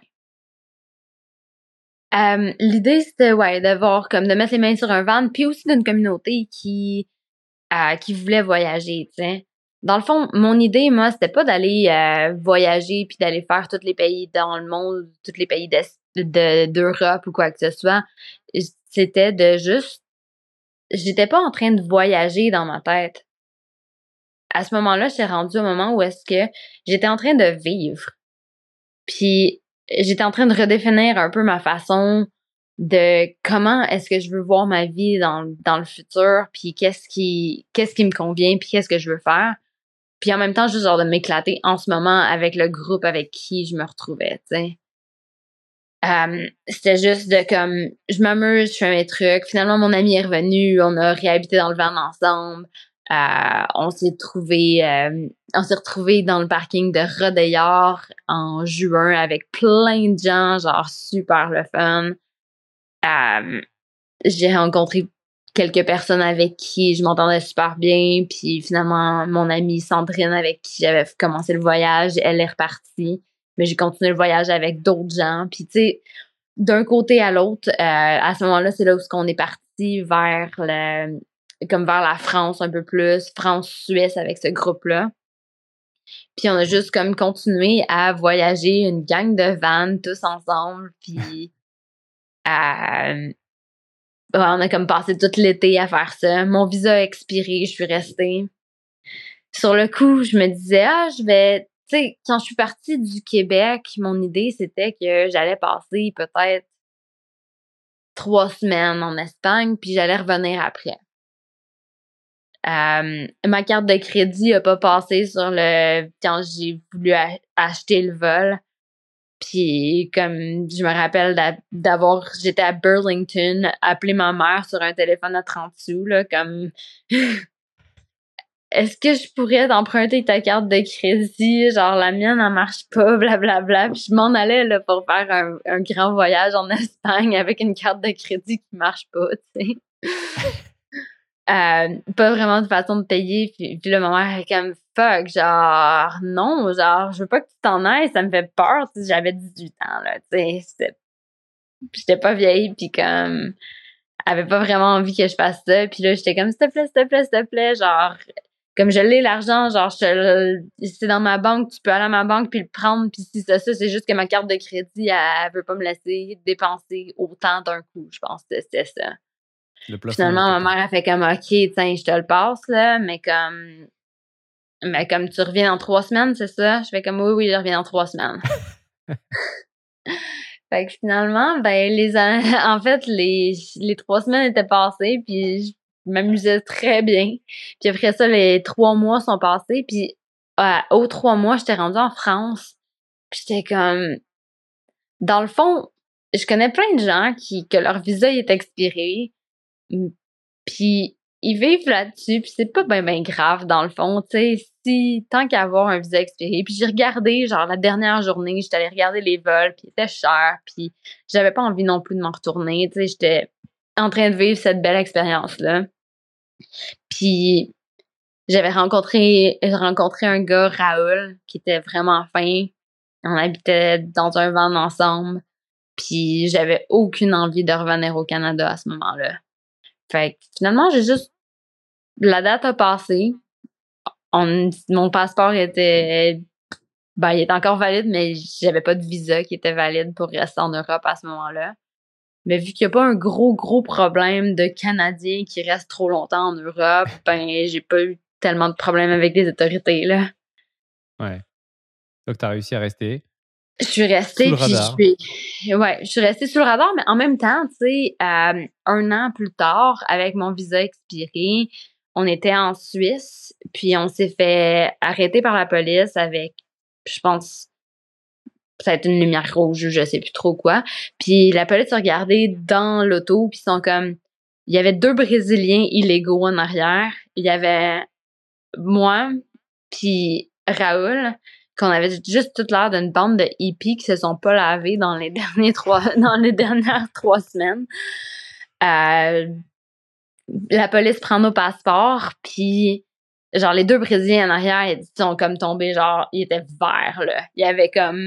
Euh, l'idée, c'était, ouais, d'avoir, comme, de mettre les mains sur un van, puis aussi d'une communauté qui, euh, qui voulait voyager, tu sais. Dans le fond, mon idée, moi, c'était pas d'aller euh, voyager puis d'aller faire tous les pays dans le monde, tous les pays d'Es- de, d'Europe ou quoi que ce soit. C'était de juste, j'étais pas en train de voyager dans ma tête. À ce moment-là, j'étais rendue au moment où est-ce que j'étais en train de vivre. Puis j'étais en train de redéfinir un peu ma façon de comment est-ce que je veux voir ma vie dans, dans le futur, puis qu'est-ce qui qu'est-ce qui me convient, puis qu'est-ce que je veux faire. Puis en même temps, juste genre de m'éclater en ce moment avec le groupe avec qui je me retrouvais, tu sais. Euh, c'était juste de comme, je m'amuse, je fais mes trucs. Finalement, mon ami est revenu, on a réhabité dans le van ensemble. Euh, on s'est trouvé, euh, on s'est retrouvé dans le parking de Rodeyard en juin avec plein de gens, genre super le fun. Euh, j'ai rencontré quelques personnes avec qui je m'entendais super bien, puis finalement mon amie Sandrine avec qui j'avais commencé le voyage, elle est repartie, mais j'ai continué le voyage avec d'autres gens, puis tu sais, d'un côté à l'autre, euh, à ce moment-là, c'est là où on est parti vers le comme vers la France un peu plus, France-Suisse avec ce groupe-là. Puis on a juste comme continué à voyager une gang de vannes tous ensemble, puis euh, ouais, on a comme passé tout l'été à faire ça. Mon visa a expiré, je suis restée. Sur le coup, je me disais, ah, je vais, tu sais, quand je suis partie du Québec, mon idée, c'était que j'allais passer peut-être trois semaines en Espagne, puis j'allais revenir après. Euh, ma carte de crédit a pas passé sur le, quand j'ai voulu a- acheter le vol. Puis comme je me rappelle d'a- d'avoir, j'étais à Burlington, appelé ma mère sur un téléphone à trente sous, là, comme est-ce que je pourrais t'emprunter ta carte de crédit? Genre, la mienne, elle marche pas, blablabla. Puis je m'en allais, là, pour faire un, un grand voyage en Espagne avec une carte de crédit qui marche pas, tu sais. Euh, pas vraiment de façon de payer. Puis, puis là, ma mère est comme, fuck, genre, non, genre, je veux pas que tu t'en ailles, ça me fait peur. Tu sais, j'avais dix-huit ans, là, tu sais. C'était- J'étais pas vieille, puis comme, elle avait pas vraiment envie que je fasse ça. Puis là, j'étais comme, s'il te plaît, s'il te plaît, s'il te plaît, genre, comme je l'ai l'argent, genre, je te le- c'est dans ma banque, tu peux aller à ma banque puis le prendre, puis si c'est ça, c'est juste que ma carte de crédit, elle, elle veut pas me laisser dépenser autant d'un coup, je pense que c'était ça. Le plafond est Finalement, ma atteint. mère a fait comme, OK, tiens, je te le passe, là, mais comme, mais comme tu reviens dans trois semaines, c'est ça? Je fais comme, oui, oui, je reviens dans trois semaines. Fait que finalement, ben, les, an- en fait, les, les trois semaines étaient passées, puis je m'amusais très bien. Puis après ça, les trois mois sont passés, puis euh, aux trois mois, j'étais rendue en France. Puis j'étais comme, dans le fond, je connais plein de gens qui, que leur visa est expiré, m- puis ils vivent là-dessus, puis c'est pas ben ben grave dans le fond, tu sais, si tant qu'à avoir un visa expiré. Puis j'ai regardé, genre la dernière journée, j'étais allée regarder les vols, puis ils étaient chers, puis j'avais pas envie non plus de m'en retourner, tu sais, j'étais en train de vivre cette belle expérience-là. Puis j'avais rencontré, j'ai rencontré un gars, Raoul, qui était vraiment fin. On habitait dans un van ensemble, puis j'avais aucune envie de revenir au Canada à ce moment-là. Fait que finalement, j'ai juste... La date a passé. On, mon passeport était... Ben, il était encore valide, mais j'avais pas de visa qui était valide pour rester en Europe à ce moment-là. Mais vu qu'il n'y a pas un gros, gros problème de Canadiens qui restent trop longtemps en Europe, ben, j'ai pas eu tellement de problèmes avec les autorités, là. Ouais. Donc, tu as réussi à rester. Je suis restée, sous le puis je radar. suis... Ouais, je suis restée sous le radar, mais en même temps, tu sais, euh, un an plus tard, avec mon visa expiré, on était en Suisse, puis on s'est fait arrêter par la police avec, je pense, peut-être une lumière rouge, je sais plus trop quoi. Puis la police a regardé dans l'auto, puis ils sont comme... Il y avait deux Brésiliens illégaux en arrière. Il y avait moi, puis Raoul, qu'on avait juste toute l'air d'une bande de hippies qui se sont pas lavés dans les derniers trois, dans les dernières trois semaines. Euh, la police prend nos passeports, puis genre les deux Brésiliens en arrière, ils sont comme tombés, genre, ils étaient verts, là. Il y avait comme...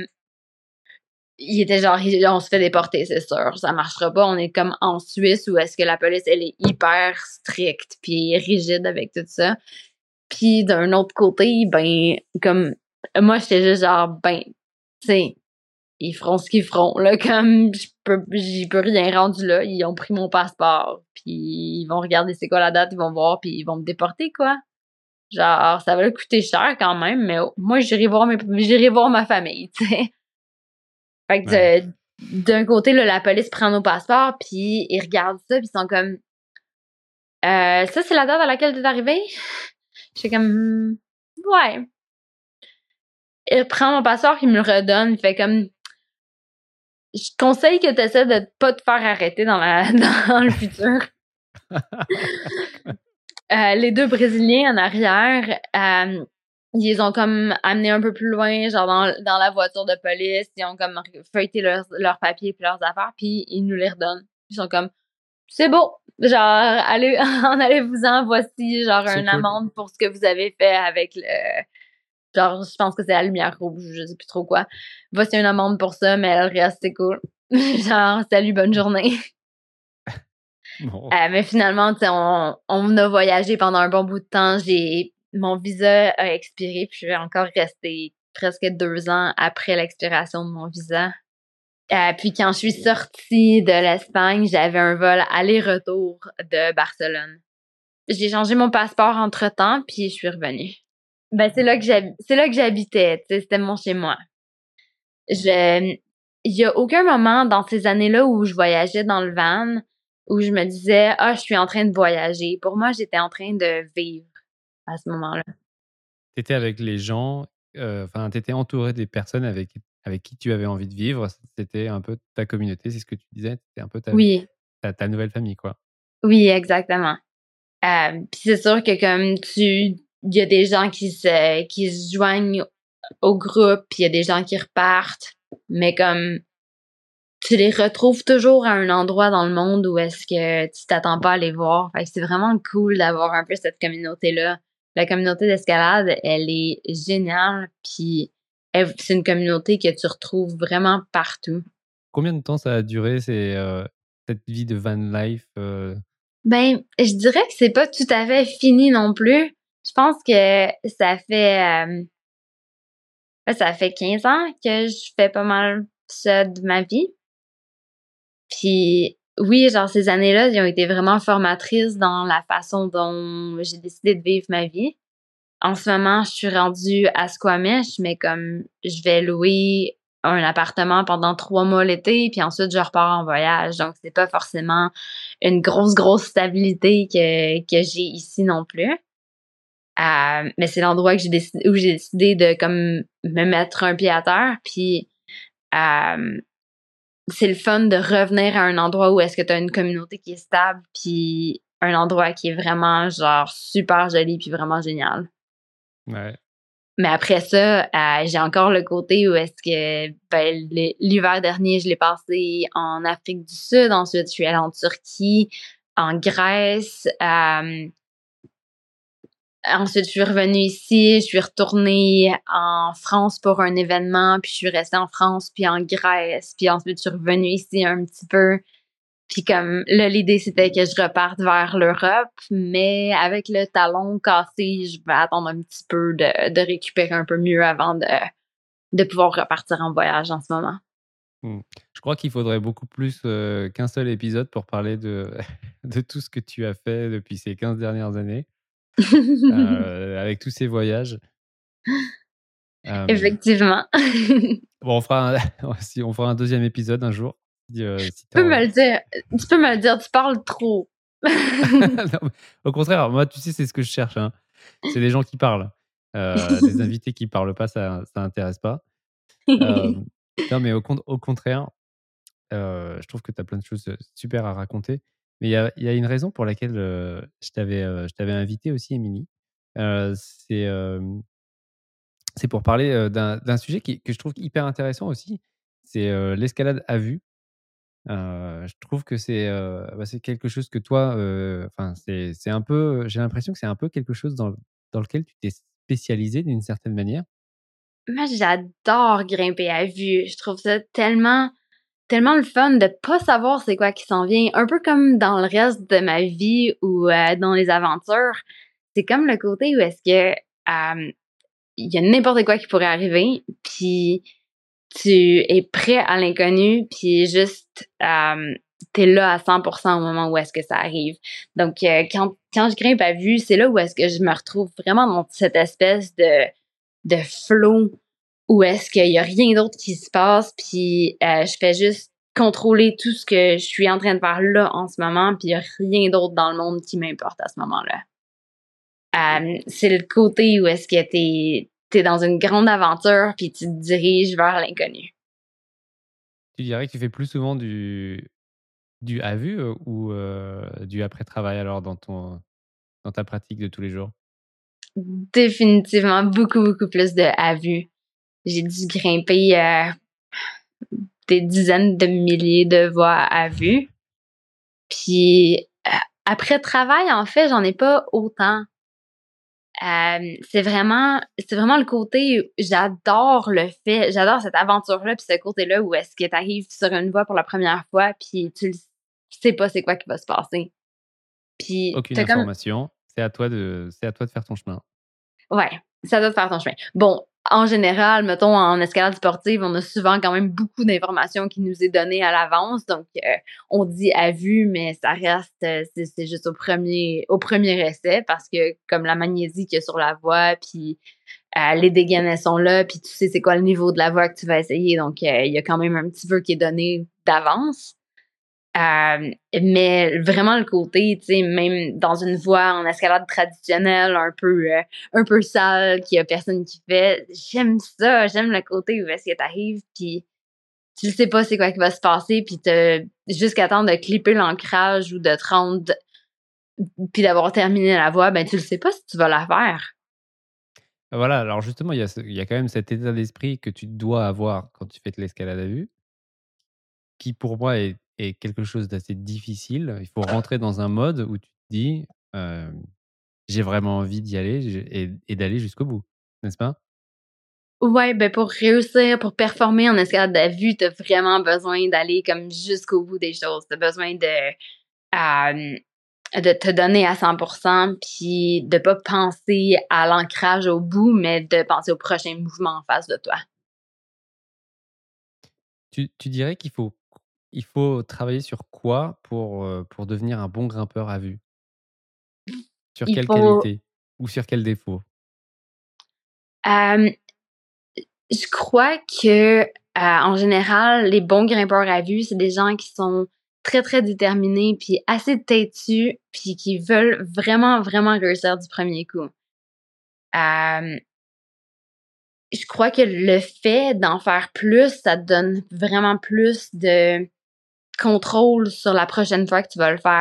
Il était genre, on se fait déporter, c'est sûr, ça marchera pas. On est comme en Suisse où est-ce que la police, elle est hyper stricte puis rigide avec tout ça. Puis d'un autre côté, ben, comme, moi, j'étais juste genre, ben, tu sais, ils feront ce qu'ils feront, là, comme, je peux, j'y peux rien rendu là. Ils ont pris mon passeport, puis ils vont regarder c'est quoi la date, ils vont voir, puis ils vont me déporter, quoi. Genre, ça va leur coûter cher quand même, mais moi, j'irai voir mes, j'irai voir ma famille, tu sais. Fait que ouais. de, d'un côté, là, la police prend nos passeports, puis ils regardent ça, puis ils sont comme, euh, ça, c'est la date à laquelle t'es arrivé? J'étais comme, ouais. Il prend mon passeport, il me le redonne, il fait comme, je te conseille que tu essaies de pas te faire arrêter dans, la, dans le futur. euh, les deux Brésiliens en arrière, euh, ils les ont comme amenés un peu plus loin, genre dans, dans la voiture de police. Ils ont comme feuilleté leurs leurs papiers puis leurs affaires, puis ils nous les redonnent. Ils sont comme, c'est beau, genre, allez, en allez-vous-en, voici genre C'est une cool. amende pour ce que vous avez fait avec le... Genre, je pense que c'est la lumière rouge, je sais plus trop quoi. Voici une amende pour ça, mais le reste, c'est cool. Genre, salut, bonne journée. Bon. Euh, mais finalement, tu sais, on, on a voyagé pendant un bon bout de temps. J'ai, mon visa a expiré, puis je vais encore rester presque deux ans après l'expiration de mon visa. Euh, puis quand je suis sortie de l'Espagne, j'avais un vol aller-retour de Barcelone. J'ai changé mon passeport entre-temps, puis je suis revenue. Ben, c'est là que j'hab... c'est là que j'habitais, tu sais, c'était mon chez-moi. Je, il y a aucun moment dans ces années-là où je voyageais dans le van où je me disais, ah, je suis en train de voyager. Pour moi, j'étais en train de vivre à ce moment-là. T'étais avec les gens, euh, enfin, t'étais entouré des personnes avec, avec qui tu avais envie de vivre. C'était un peu ta communauté, c'est ce que tu disais. C'était un peu ta, Oui, ta, ta nouvelle famille, quoi. oui, exactement. Euh, puis c'est sûr que comme tu, il y a des gens qui se, qui se joignent au groupe, puis il y a des gens qui repartent, mais comme tu les retrouves toujours à un endroit dans le monde où est-ce que tu t'attends pas à les voir. Fait que c'est vraiment cool d'avoir un peu cette communauté-là. La communauté d'escalade, elle est géniale, puis elle- c'est une communauté que tu retrouves vraiment partout. Combien de temps ça a duré ces, euh, cette vie de van life euh... Ben, je dirais que c'est pas tout à fait fini non plus. Je pense que ça fait euh, ça fait quinze ans que je fais pas mal ça de ma vie. Puis oui, genre ces années-là, ils ont été vraiment formatrices dans la façon dont j'ai décidé de vivre ma vie. En ce moment, je suis rendue à Squamish, mais comme je vais louer un appartement pendant trois mois l'été, puis ensuite je repars en voyage. Donc c'est pas forcément une grosse, grosse stabilité que, que j'ai ici non plus. Euh, mais c'est l'endroit que j'ai décidé, où j'ai décidé de comme me mettre un pied à terre. Puis euh, c'est le fun de revenir à un endroit où est-ce que tu as une communauté qui est stable, puis un endroit qui est vraiment, genre, super joli puis vraiment génial. Ouais. Mais après ça, euh, j'ai encore le côté où est-ce que ben, le- l'hiver dernier, je l'ai passé en Afrique du Sud. Ensuite, je suis allée en Turquie, en Grèce. euh, ensuite, je suis revenue ici. Je suis retournée en France pour un événement. Puis je suis restée en France, puis en Grèce. Puis ensuite, je suis revenue ici un petit peu. Puis comme là, l'idée, c'était que je reparte vers l'Europe, mais avec le talon cassé, je vais attendre un petit peu de, de récupérer un peu mieux avant de, de pouvoir repartir en voyage en ce moment. Hmm. Je crois qu'il faudrait beaucoup plus euh, qu'un seul épisode pour parler de, de tout ce que tu as fait depuis ces quinze dernières années, euh, avec tous ces voyages. Euh, Effectivement. bon, on fera, un, si, on fera un deuxième épisode un jour, si, euh, si Tu tu as peux me envie. le dire. Tu peux me le dire, tu parles trop. Non, mais au contraire, moi, tu sais, c'est ce que je cherche. Hein. C'est des gens qui parlent. Euh, des invités qui parlent pas, ça ça intéresse pas. Euh, non, mais au, con- au contraire, euh, je trouve que tu as plein de choses euh, super à raconter. Mais il y a, il y a une raison pour laquelle euh, je t'avais euh, je t'avais invité aussi, Émilie. Euh, c'est euh, c'est pour parler euh, d'un d'un sujet qui, que je trouve hyper intéressant aussi. C'est euh, l'escalade à vue. Heu, je trouve que c'est, heu, bah, c'est quelque chose que toi, heu, enfin, c'est c'est un peu, j'ai l'impression que c'est un peu quelque chose dans dans lequel tu t'es spécialisé d'une certaine manière. Moi, j'adore grimper à vue. Je trouve ça tellement, tellement le fun de pas savoir c'est quoi qui s'en vient. Un peu comme dans le reste de ma vie ou euh, dans les aventures. C'est comme le côté où est-ce que euh, il y a n'importe quoi qui pourrait arriver, puis tu es prêt à l'inconnu, puis juste euh, t'es là à cent pour cent au moment où est-ce que ça arrive. Donc euh, quand quand je grimpe à vue, c'est là où est-ce que je me retrouve vraiment dans cette espèce de de flow où est-ce qu'il y a rien d'autre qui se passe, puis euh, je fais juste contrôler tout ce que je suis en train de faire là en ce moment, puis il y a rien d'autre dans le monde qui m'importe à ce moment-là. Euh, c'est le côté où est-ce que t'es t'es dans une grande aventure puis tu te diriges vers l'inconnu. Tu dirais que tu fais plus souvent du du à vue, heu, ou heu, du après travail alors dans ton dans ta pratique de tous les jours? Définitivement beaucoup, beaucoup plus de à vue. J'ai dû grimper euh, des dizaines de milliers de voies à vue. Puis euh, après travail, en fait, j'en ai pas autant. Euh, c'est vraiment, c'est vraiment le côté, où j'adore le fait, j'adore cette aventure-là, puis ce côté-là où est-ce que tu arrives sur une voie pour la première fois, puis tu le sais pas c'est quoi qui va se passer. Puis Aucune t'as comme information, c'est à toi de c'est à toi de faire ton chemin. ouais, ça doit te faire ton chemin. Bon, en général, mettons, en escalade sportive, on a souvent quand même beaucoup d'informations qui nous est données à l'avance. Donc, euh, on dit à vue, mais ça reste, euh, c'est, c'est juste au premier, au premier essai parce que comme la magnésie qu'il y a sur la voie, puis euh, les dégaines elles sont là, puis tu sais c'est quoi le niveau de la voie que tu vas essayer. Donc, euh, il y a quand même un petit peu qui est donné d'avance. Euh, mais vraiment le côté, tu sais, même dans une voie en escalade traditionnelle, un peu, euh, un peu sale, qu'il y a personne qui fait, j'aime ça, j'aime le côté où est-ce que t'arrives, puis tu sais pas c'est quoi qui va se passer, puis t'as jusqu'à temps de clipper l'ancrage ou de te rendre, puis d'avoir terminé la voie, ben tu le sais pas si tu vas la faire. Voilà, alors justement, il y a ce il y a quand même cet état d'esprit que tu dois avoir quand tu fais de l'escalade à vue, qui pour moi est est quelque chose d'assez difficile. Il faut rentrer dans un mode où tu te dis, hem: «J'ai vraiment envie d'y aller j'ai et et d'aller jusqu'au bout», n'est-ce pas? Ouais, ben pour réussir, pour performer en escalade à vue, t'as vraiment besoin d'aller comme jusqu'au bout des choses. T'as besoin de euh, de te donner à cent pour cent puis de pas penser à l'ancrage au bout, mais de penser au prochain mouvement en face de toi. Tu tu dirais qu'il faut il faut travailler sur quoi pour, heu, pour devenir un bon grimpeur à vue? Sur Il quelle faut, qualité ou sur quel défaut? euh, je crois que euh, en général, les bons grimpeurs à vue, c'est des gens qui sont très très déterminés puis assez têtus puis qui veulent vraiment vraiment réussir du premier coup. Euh, je crois que le fait d'en faire plus, ça te donne vraiment plus de contrôle sur la prochaine fois que tu vas le faire.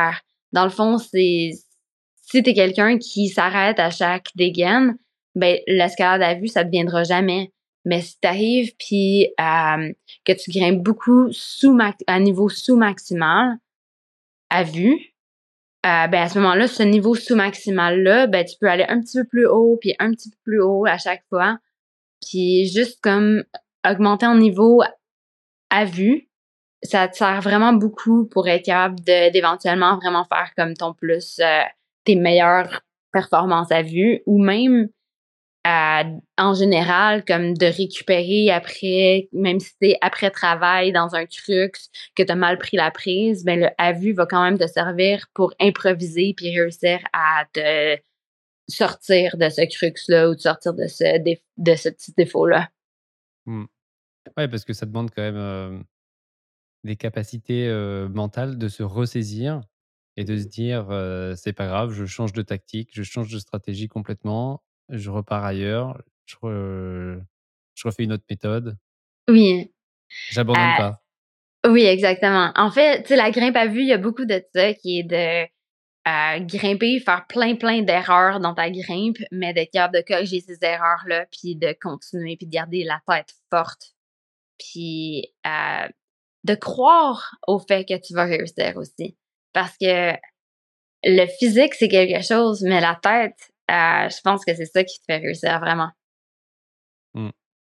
Dans le fond, c'est si t'es quelqu'un qui s'arrête à chaque dégaine, ben l'escalade à vue, ça ne deviendra jamais. Mais si t'arrives puis euh, que tu grimpes beaucoup sous max- à niveau sous-maximal à vue, euh, ben à ce moment-là, ce niveau sous-maximal-là, ben tu peux aller un petit peu plus haut puis un petit peu plus haut à chaque fois. Puis juste comme augmenter en niveau à vue, ça te sert vraiment beaucoup pour être capable de, d'éventuellement vraiment faire comme ton plus, euh, tes meilleures performances à vue ou même à, en général, comme de récupérer après, même si t'es après travail dans un crux, que t'as mal pris la prise, ben le à vue va quand même te servir pour improviser puis réussir à te sortir de ce crux-là ou de sortir de ce, dé- de ce petit défaut-là. Hmm. Ouais, parce que ça demande quand même euh, des capacités euh, mentales de se ressaisir et de se dire euh, c'est pas grave, je change de tactique, je change de stratégie complètement, je repars ailleurs, je, re- je refais une autre méthode, Oui. j'abandonne Euh, pas. oui, exactement. En fait, tu sais, la grimpe à vue, il y a beaucoup de ça qui est de euh, grimper, faire plein, plein d'erreurs dans ta grimpe, mais d'être capable de corriger ces erreurs-là, puis de continuer, puis de garder la tête forte, puis euh, de croire au fait que tu vas réussir aussi. Parce que le physique, c'est quelque chose, mais la tête, euh, je pense que c'est ça qui te fait réussir vraiment. Hmm.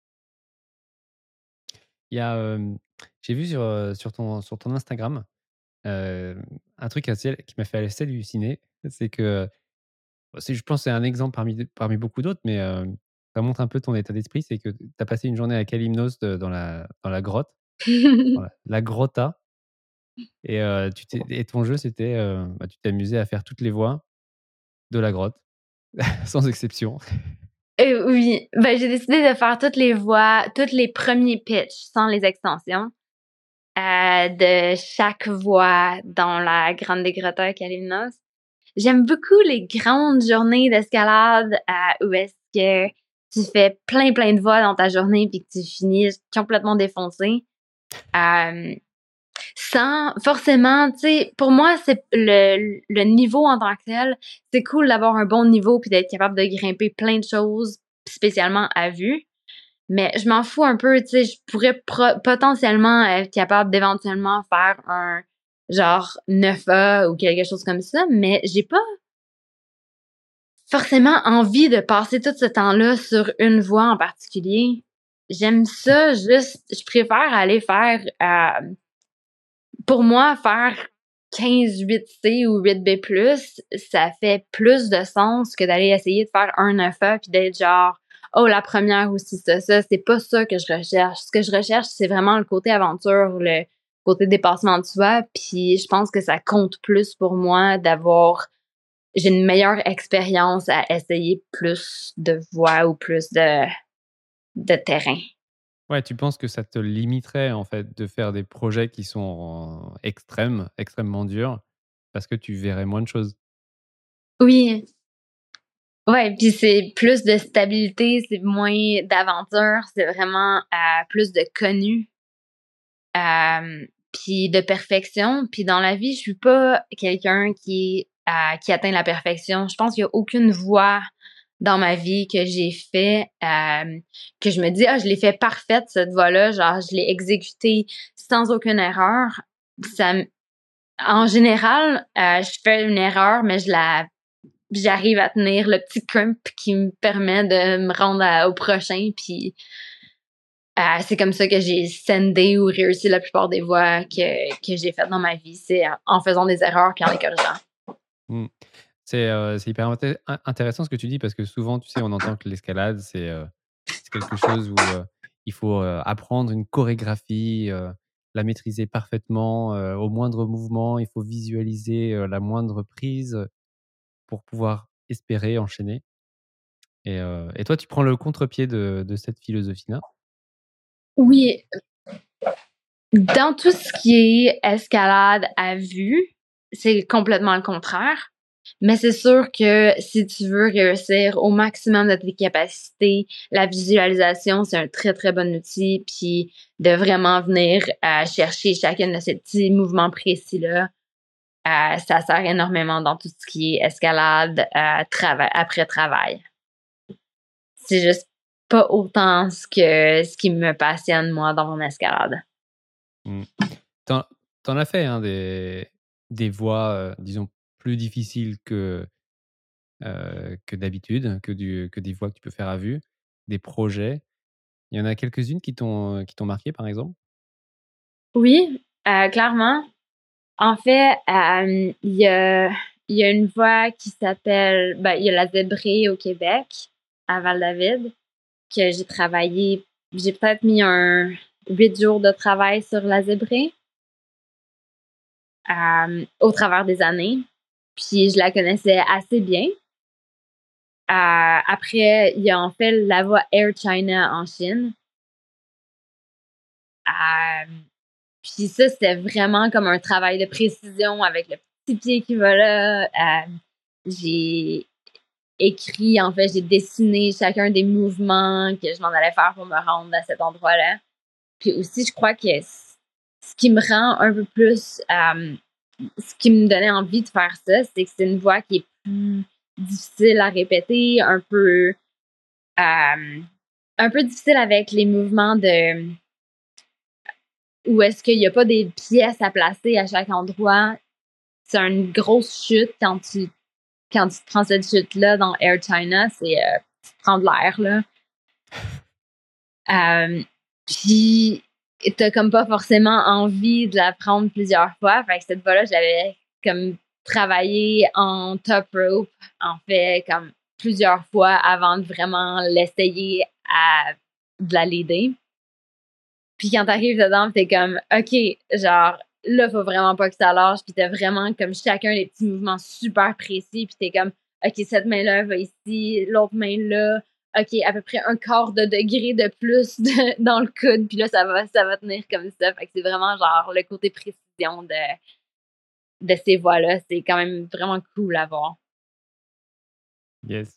Il y a, euh, j'ai vu sur, euh, sur, ton, sur ton Instagram euh, un truc assez, qui m'a fait assez halluciner, c'est que c'est, je pense que c'est un exemple parmi, parmi beaucoup d'autres, mais euh, ça montre un peu ton état d'esprit, c'est que tu as passé une journée à Kalymnos de- dans, la, dans la grotte, dans la, la grotta, et, euh, tu t'es, et ton jeu, c'était, euh, bah, tu t'es amusé à faire toutes les voies de la grotte, sans exception. Euh, oui, ben j'ai décidé de faire toutes les voies, tous les premiers pitchs sans les extensions euh, de chaque voie dans la Grande Grotta à Kalymnos. J'aime beaucoup les grandes journées d'escalade euh, où est-ce que tu fais plein plein de voies dans ta journée puis que tu finis complètement défoncé. Euh, Sans forcément, tu sais, pour moi, c'est le, le niveau en tant que tel. C'est cool d'avoir un bon niveau puis d'être capable de grimper plein de choses, spécialement à vue. Mais je m'en fous un peu, tu sais, je pourrais pro- potentiellement être capable d'éventuellement faire un genre neuf A ou quelque chose comme ça, mais j'ai pas forcément envie de passer tout ce temps-là sur une voie en particulier. J'aime ça juste, je préfère aller faire euh, pour moi, faire quinze huit C ou huit B plus, ça fait plus de sens que d'aller essayer de faire un neuf A puis d'être genre, oh, la première aussi, ça, ça. C'est pas ça que je recherche. Ce que je recherche, c'est vraiment le côté aventure, le côté dépassement de soi. Puis je pense que ça compte plus pour moi d'avoir, j'ai une meilleure expérience à essayer plus de voies ou plus de, de terrain. Ouais, tu penses que ça te limiterait en fait de faire des projets qui sont euh, extrêmes, extrêmement durs, parce que tu verrais moins de choses. Oui, ouais, puis c'est plus de stabilité, c'est moins d'aventure, c'est vraiment euh, plus de connu, euh, puis de perfection. Puis dans la vie, je suis pas quelqu'un qui euh, qui atteint la perfection. Je pense qu'il y a aucune voie dans ma vie que j'ai fait euh, que je me dis ah je l'ai fait parfaite cette voie-là, genre je l'ai exécutée sans aucune erreur. Ça, m- en général, euh, je fais une erreur, mais je la puis j'arrive à tenir le petit crump qui me permet de me rendre à- au prochain. Puis euh, c'est comme ça que j'ai sendé ou réussi la plupart des voies que, que j'ai faites dans ma vie. C'est en en faisant des erreurs puis en les corrigeant. Hmm. C'est euh, c'est hyper inté- in- intéressant ce que tu dis parce que souvent, tu sais, on entend que l'escalade, c'est euh, c'est quelque chose où euh, il faut euh, apprendre une chorégraphie, euh, la maîtriser parfaitement, euh, au moindre mouvement, il faut visualiser euh, la moindre prise pour pouvoir espérer enchaîner. Et, euh, et toi, tu prends le contre-pied de, de cette philosophie-là. Oui, dans tout ce qui est escalade à vue, c'est complètement le contraire. Mais c'est sûr que si tu veux réussir au maximum de tes capacités, la visualisation, c'est un très, très bon outil. Puis de vraiment venir euh, chercher chacun de ces petits mouvements précis-là. Euh, ça sert énormément dans tout ce qui est escalade euh, trava- après travail. C'est juste pas autant ce que ce qui me passionne moi dans mon escalade. Mmh. T'en, t'en as fait hein, des, des voies, euh, disons, plus difficiles que, euh, que d'habitude, que, du, que des voies que tu peux faire à vue, des projets. Il y en a quelques-unes qui t'ont, qui t'ont marqué, par exemple? Oui, euh, clairement. En fait, euh, il y a, il y a une voie qui s'appelle, ben, il y a la Zébrée au Québec, à Val-David, que j'ai travaillé, j'ai peut-être mis un huit jours de travail sur la Zébrée euh, au travers des années. Puis je la connaissais assez bien. Euh, après, il y a en fait la voie Air China en Chine. Euh, Puis ça, c'était vraiment comme un travail de précision avec le petit pied qui va là. Euh, j'ai écrit, en fait, j'ai dessiné chacun des mouvements que je m'en allais faire pour me rendre à cet endroit-là. Puis aussi, je crois que ce qui me rend un peu plus, euh, ce qui me donnait envie de faire ça, c'est que c'est une voix qui est plus difficile à répéter, un peu, euh, un peu difficile avec les mouvements de où est-ce qu'il n'y a pas des pièces à placer à chaque endroit. C'est une grosse chute quand tu quand tu prends cette chute-là dans Air China, c'est euh, tu prends de l'air là. Euh, puis t'as comme pas forcément envie de la prendre plusieurs fois. Fait que cette fois-là, j'avais comme travaillé en top rope, en fait, comme plusieurs fois avant de vraiment l'essayer à de la leader. Puis quand t'arrives dedans, t'es comme, OK, genre, là, faut vraiment pas que ça lâche. Puis t'as vraiment comme chacun des petits mouvements super précis. Puis t'es comme, OK, cette main-là va ici, l'autre main là. OK, à peu près un quart de degré de plus de, dans le coude. Puis là, ça va, ça va tenir comme ça. Fait que c'est vraiment genre le côté précision de, de ces voies-là. C'est quand même vraiment cool à voir. Yes.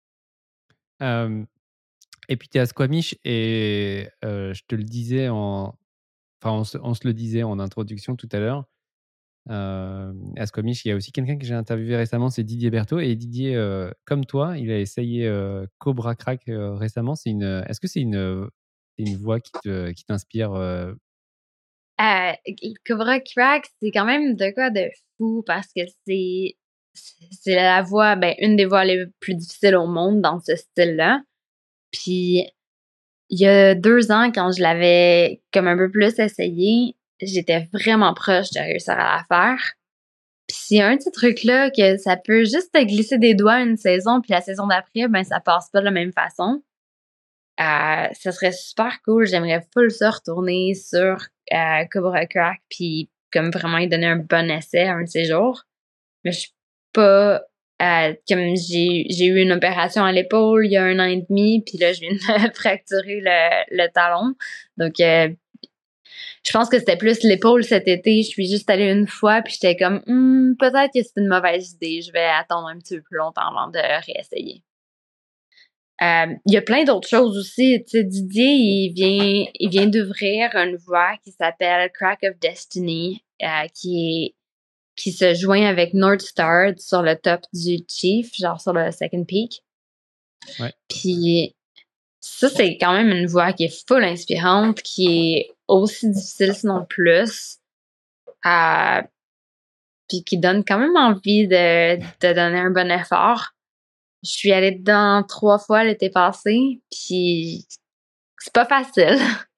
Euh, et puis tu es à Squamish et euh, je te le disais en... Enfin, on se, on se le disait en introduction tout à l'heure. Euh, à Squamish, il y a aussi quelqu'un que j'ai interviewé récemment, c'est Didier Berthaud. Et Didier, euh, comme toi, il a essayé euh, Cobra Crack euh, récemment. C'est une, est-ce que c'est une, c'est une voix qui, te, qui t'inspire euh... Euh, Cobra Crack, c'est quand même de quoi de fou parce que c'est c'est la voix, ben, une des voix les plus difficiles au monde dans ce style-là. Puis, il y a deux ans, quand je l'avais comme un peu plus essayé, j'étais vraiment proche de réussir à la faire. Puis, c'est un petit truc-là que ça peut juste te glisser des doigts une saison, puis la saison d'après, ben, ça passe pas de la même façon. Euh, ça serait super cool. J'aimerais full ça retourner sur euh, Cobra Crack puis comme vraiment lui donner un bon essai un de ces jours. Mais je suis pas euh, comme j'ai j'ai eu une opération à l'épaule il y a un an et demi puis là je viens de me fracturer le, le talon. Donc euh, je pense que c'était plus l'épaule cet été. Je suis juste allée une fois puis j'étais comme hm, peut-être que c'est une mauvaise idée. Je vais attendre un petit peu plus longtemps avant de réessayer. Euh, il y a plein d'autres choses aussi. Tu sais, Didier, il vient, il vient d'ouvrir une voie qui s'appelle Crack of Destiny, euh, qui est, qui se joint avec North Star sur le top du Chief, genre sur le second peak. Ouais. Puis ça, c'est quand même une voie qui est full inspirante, qui est aussi difficile sinon plus, euh, puis qui donne quand même envie de, de donner un bon effort. Je suis allée dedans trois fois l'été passé, puis c'est pas facile.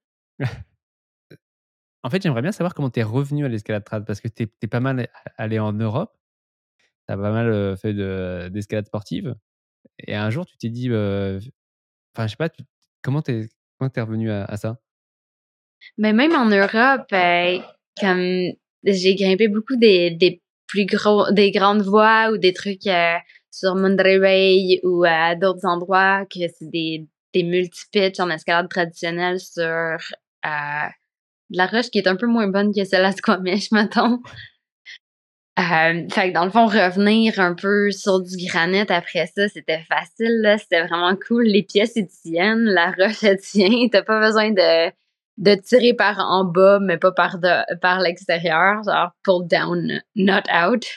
En fait, j'aimerais bien savoir comment tu es revenu à l'escalade trad parce que tu es pas mal allé en Europe, tu as pas mal euh, fait de, d'escalade sportive. Et un jour, tu t'es dit, euh, enfin, je sais pas, tu, comment tu es, comment t'es revenu à, à ça? Mais même en Europe, euh, comme j'ai grimpé beaucoup des, des plus gros, des grandes voies ou des trucs euh, sur Monterey ou à d'autres endroits que c'est des, des multi-pitch en escalade traditionnelle sur euh, de la roche qui est un peu moins bonne que celle à Squamish, mettons. Euh, fait que dans le fond, revenir un peu sur du granit après ça, c'était facile, là. C'était vraiment cool. Les pièces, ils tiennent, la roche, elle tient. T'as pas besoin de de tirer par en bas, mais pas par de, par l'extérieur, genre pull down, not out.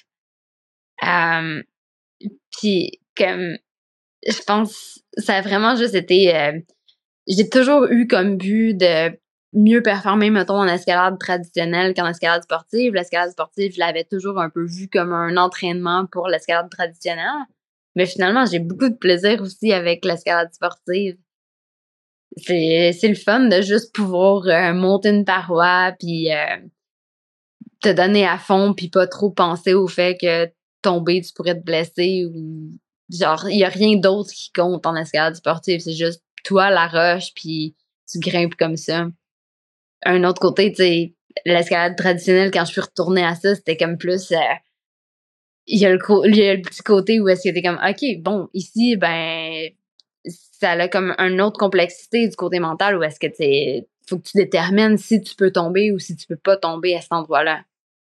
Euh, Puis comme je pense ça a vraiment juste été euh, j'ai toujours eu comme but de mieux performer, mettons, en escalade traditionnelle qu'en escalade sportive. L'escalade sportive, je l'avais toujours un peu vu comme un entraînement pour l'escalade traditionnelle. Mais finalement, j'ai beaucoup de plaisir aussi avec l'escalade sportive. C'est, c'est le fun de juste pouvoir euh, monter une paroi puis euh, te donner à fond puis pas trop penser au fait que tomber, tu pourrais te blesser ou genre, il y a rien d'autre qui compte en escalade sportive. C'est juste toi, la roche, puis tu grimpes comme ça. Un autre côté, tu sais, l'escalade traditionnelle, quand je suis retournée à ça, c'était comme plus... euh, il y a le co- il y a le petit côté où est-ce que t'es comme, OK, bon, ici, ben, ça a comme une autre complexité du côté mental où est-ce que tu faut que tu détermines si tu peux tomber ou si tu peux pas tomber à cet endroit-là.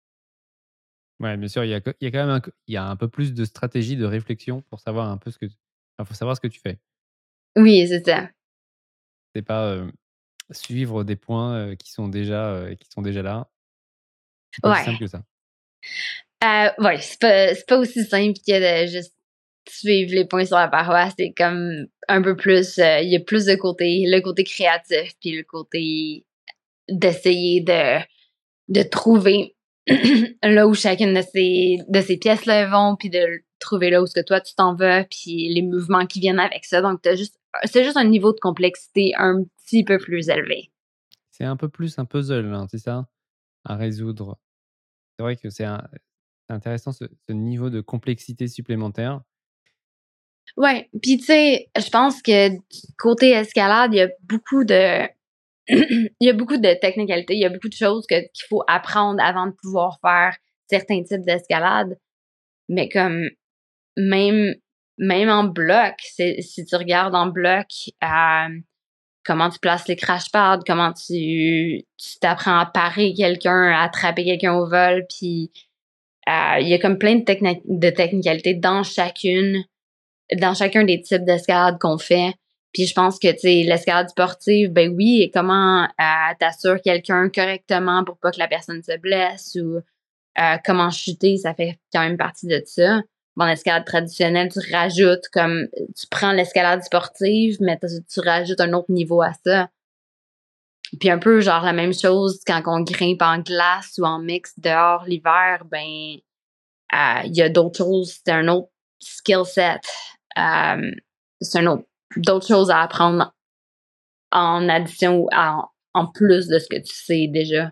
Ouais, bien sûr, il y a, il y a quand même un, il y a un peu plus de stratégie, de réflexion pour savoir un peu ce que, enfin, faut savoir ce que tu fais. Oui, c'est ça. C'est pas euh, suivre des points euh, qui sont déjà, euh, qui sont déjà là. C'est pas aussi simple Ouais. que ça. Euh, ouais, c'est pas, c'est pas aussi simple que de juste suivre les points sur la paroi. C'est comme un peu plus, euh, il y a plus de côté, le côté créatif, puis le côté d'essayer de, de trouver là où chacune de ces, de ces pièces-là vont, puis de trouver là où ce que toi tu t'en vas, puis les mouvements qui viennent avec ça. Donc, t'as juste, c'est juste un niveau de complexité un petit peu plus élevé. C'est un peu plus un puzzle, hein, c'est ça, à résoudre. C'est vrai que c'est un- c'est intéressant ce, ce niveau de complexité supplémentaire. Ouais, puis tu sais, je pense que du côté escalade, il y a beaucoup de il y a beaucoup de technicalités, il y a beaucoup de choses que qu'il faut apprendre avant de pouvoir faire certains types d'escalade. Mais comme même même en bloc, c'est, si tu regardes en bloc, euh, comment tu places les crash pads, comment tu tu t'apprends à parer quelqu'un, à attraper quelqu'un au vol, puis euh, il y a comme plein de, techni- de technicalités dans chacune dans chacun des types d'escalade qu'on fait. Puis je pense que, tu sais, l'escalade sportive, ben oui, et comment euh, t'assures quelqu'un correctement pour pas que la personne se blesse ou euh, comment chuter, ça fait quand même partie de ça. Bon, l'escalade traditionnelle, tu rajoutes comme, tu prends l'escalade sportive, mais tu tu rajoutes un autre niveau à ça. Puis un peu genre la même chose quand on grimpe en glace ou en mix dehors l'hiver, ben euh, il y a d'autres choses, c'est un autre skill set. Euh, c'est un autre, d'autres choses à apprendre en addition ou en, en plus de ce que tu sais déjà.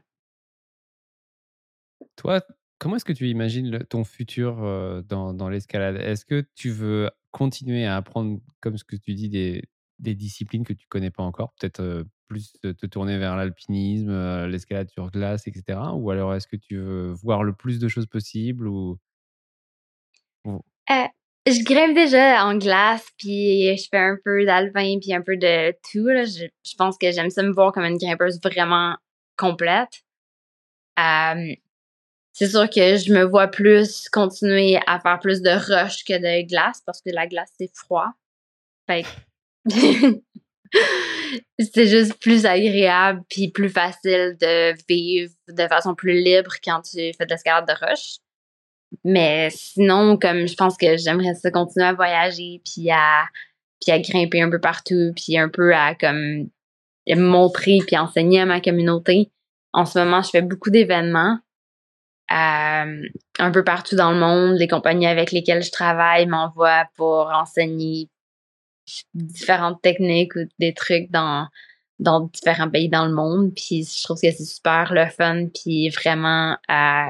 Toi, comment est-ce que tu imagines le- ton futur euh, dans, dans l'escalade? Est-ce que tu veux continuer à apprendre, comme ce que tu dis, des, des disciplines que tu connais pas encore? Peut-être euh, plus te te tourner vers l'alpinisme, euh, l'escalade sur glace, et cetera. Ou alors est-ce que tu veux voir le plus de choses possibles ou, ou- Euh, je grimpe déjà en glace, puis je fais un peu d'alpin, puis un peu de tout. Là. Je, je pense que j'aime ça me voir comme une grimpeuse vraiment complète. Euh, c'est sûr que je me vois plus continuer à faire plus de rush que de glace, parce que la glace, c'est froid. Fait que c'est juste plus agréable puis plus facile de vivre de façon plus libre quand tu fais de l'escalade de roche. Mais sinon, comme je pense que j'aimerais ça continuer à voyager puis à puis à grimper un peu partout puis un peu à comme montrer puis enseigner à ma communauté. En ce moment, je fais beaucoup d'événements euh, un peu partout dans le monde. Les compagnies avec lesquelles je travaille m'envoient pour enseigner différentes techniques ou des trucs dans dans différents pays dans le monde, puis je trouve que c'est super le fun, puis vraiment euh,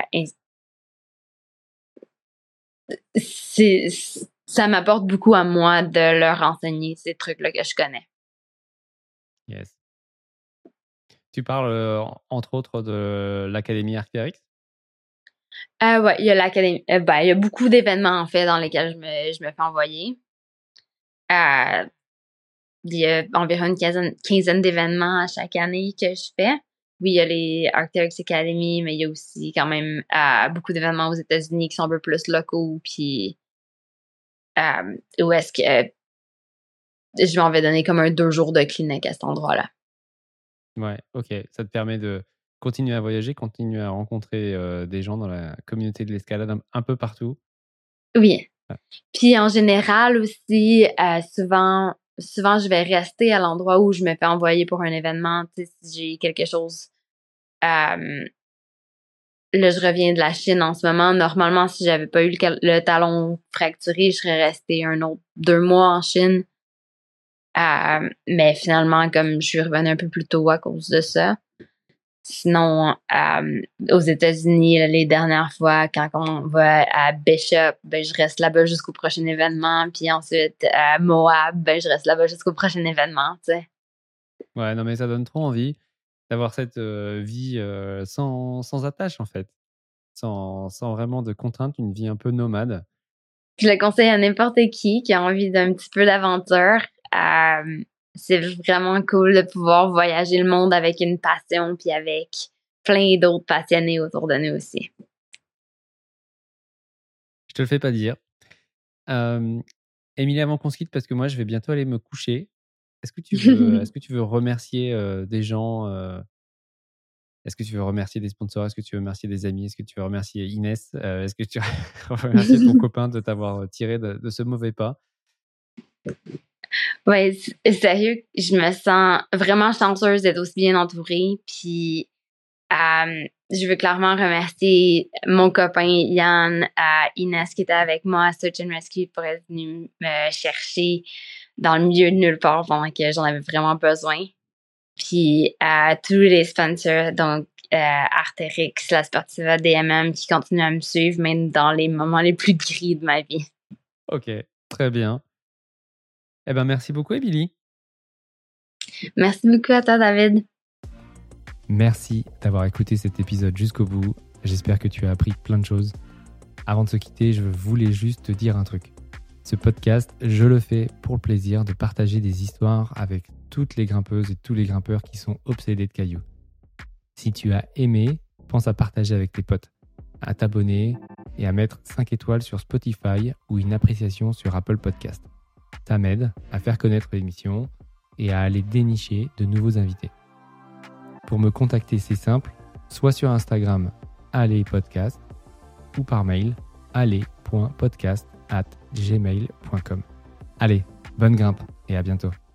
c'est ça m'apporte beaucoup à moi de leur enseigner ces trucs-là que je connais. Yes. Tu parles euh, entre autres de l'Académie Arc'teryx? Euh, ouais, il y a l'académie. Euh, ben, il y a beaucoup d'événements en fait dans lesquels je me, je me fais envoyer. Euh, il y a environ une quinzaine, quinzaine d'événements à chaque année que je fais. Oui, il y a les Arc'teryx Academy, mais il y a aussi quand même euh, beaucoup d'événements aux États-Unis qui sont un peu plus locaux, puis euh, où est-ce que euh, je m'en vais donner comme un deux jours de clinique à cet endroit-là. Ouais, ok. Ça te permet de continuer à voyager, continuer à rencontrer euh, des gens dans la communauté de l'escalade un, un peu partout. Oui. Ouais. Puis en général aussi, euh, souvent, souvent je vais rester à l'endroit où je me fais envoyer pour un événement. Tu sais, si j'ai quelque chose. Euh, là, je reviens de la Chine en ce moment. Normalement, si j'avais pas eu le, cal- le talon fracturé, je serais restée un autre deux mois en Chine. Euh, mais finalement, comme je suis revenue un peu plus tôt à cause de ça. Sinon, euh, aux États-Unis, là, les dernières fois, quand on va à Bishop, ben, je reste là-bas jusqu'au prochain événement. Puis ensuite, à Moab, ben, je reste là-bas jusqu'au prochain événement, tu sais. Ouais, non, mais ça donne trop envie d'avoir cette euh, vie euh, sans, sans attache, en fait. Sans, sans vraiment de contraintes, une vie un peu nomade. Je le conseille à n'importe qui qui a envie d'un petit peu d'aventure. Euh, c'est vraiment cool de pouvoir voyager le monde avec une passion puis avec plein d'autres passionnés autour de nous aussi. Je te le fais pas dire. Euh, Émilie, avant qu'on se quitte, parce que moi, je vais bientôt aller me coucher, est-ce que tu veux, est-ce que tu veux remercier euh, des gens euh, Est-ce que tu veux remercier des sponsors? Est-ce que tu veux remercier des amis? Est-ce que tu veux remercier Inès? Euh, est-ce que tu veux remercier ton copain de t'avoir tiré de, de ce mauvais pas? Ouais, s- sérieux, je me sens vraiment chanceuse d'être aussi bien entourée. Puis euh, je veux clairement remercier mon copain Yann, euh, Inès qui était avec moi à Search and Rescue pour être venu me chercher dans le milieu de nulle part pendant que j'en avais vraiment besoin. Puis à tous les sponsors, donc euh, Arterix, la Sportiva, D M M qui continuent à me suivre même dans les moments les plus gris de ma vie. Ok, très bien. Eh ben, merci beaucoup, Émilie. Merci beaucoup à toi, David. Merci d'avoir écouté cet épisode jusqu'au bout. J'espère que tu as appris plein de choses. Avant de se quitter, je voulais juste te dire un truc. Ce podcast, je le fais pour le plaisir de partager des histoires avec toutes les grimpeuses et tous les grimpeurs qui sont obsédés de cailloux. Si tu as aimé, pense à partager avec tes potes, à t'abonner et à mettre cinq étoiles sur Spotify ou une appréciation sur Apple Podcast. Ça m'aide à faire connaître l'émission et à aller dénicher de nouveaux invités. Pour me contacter, c'est simple, soit sur Instagram, allez podcast, ou par mail, allez point podcast arobase gmail point com. Allez, bonne grimpe et à bientôt.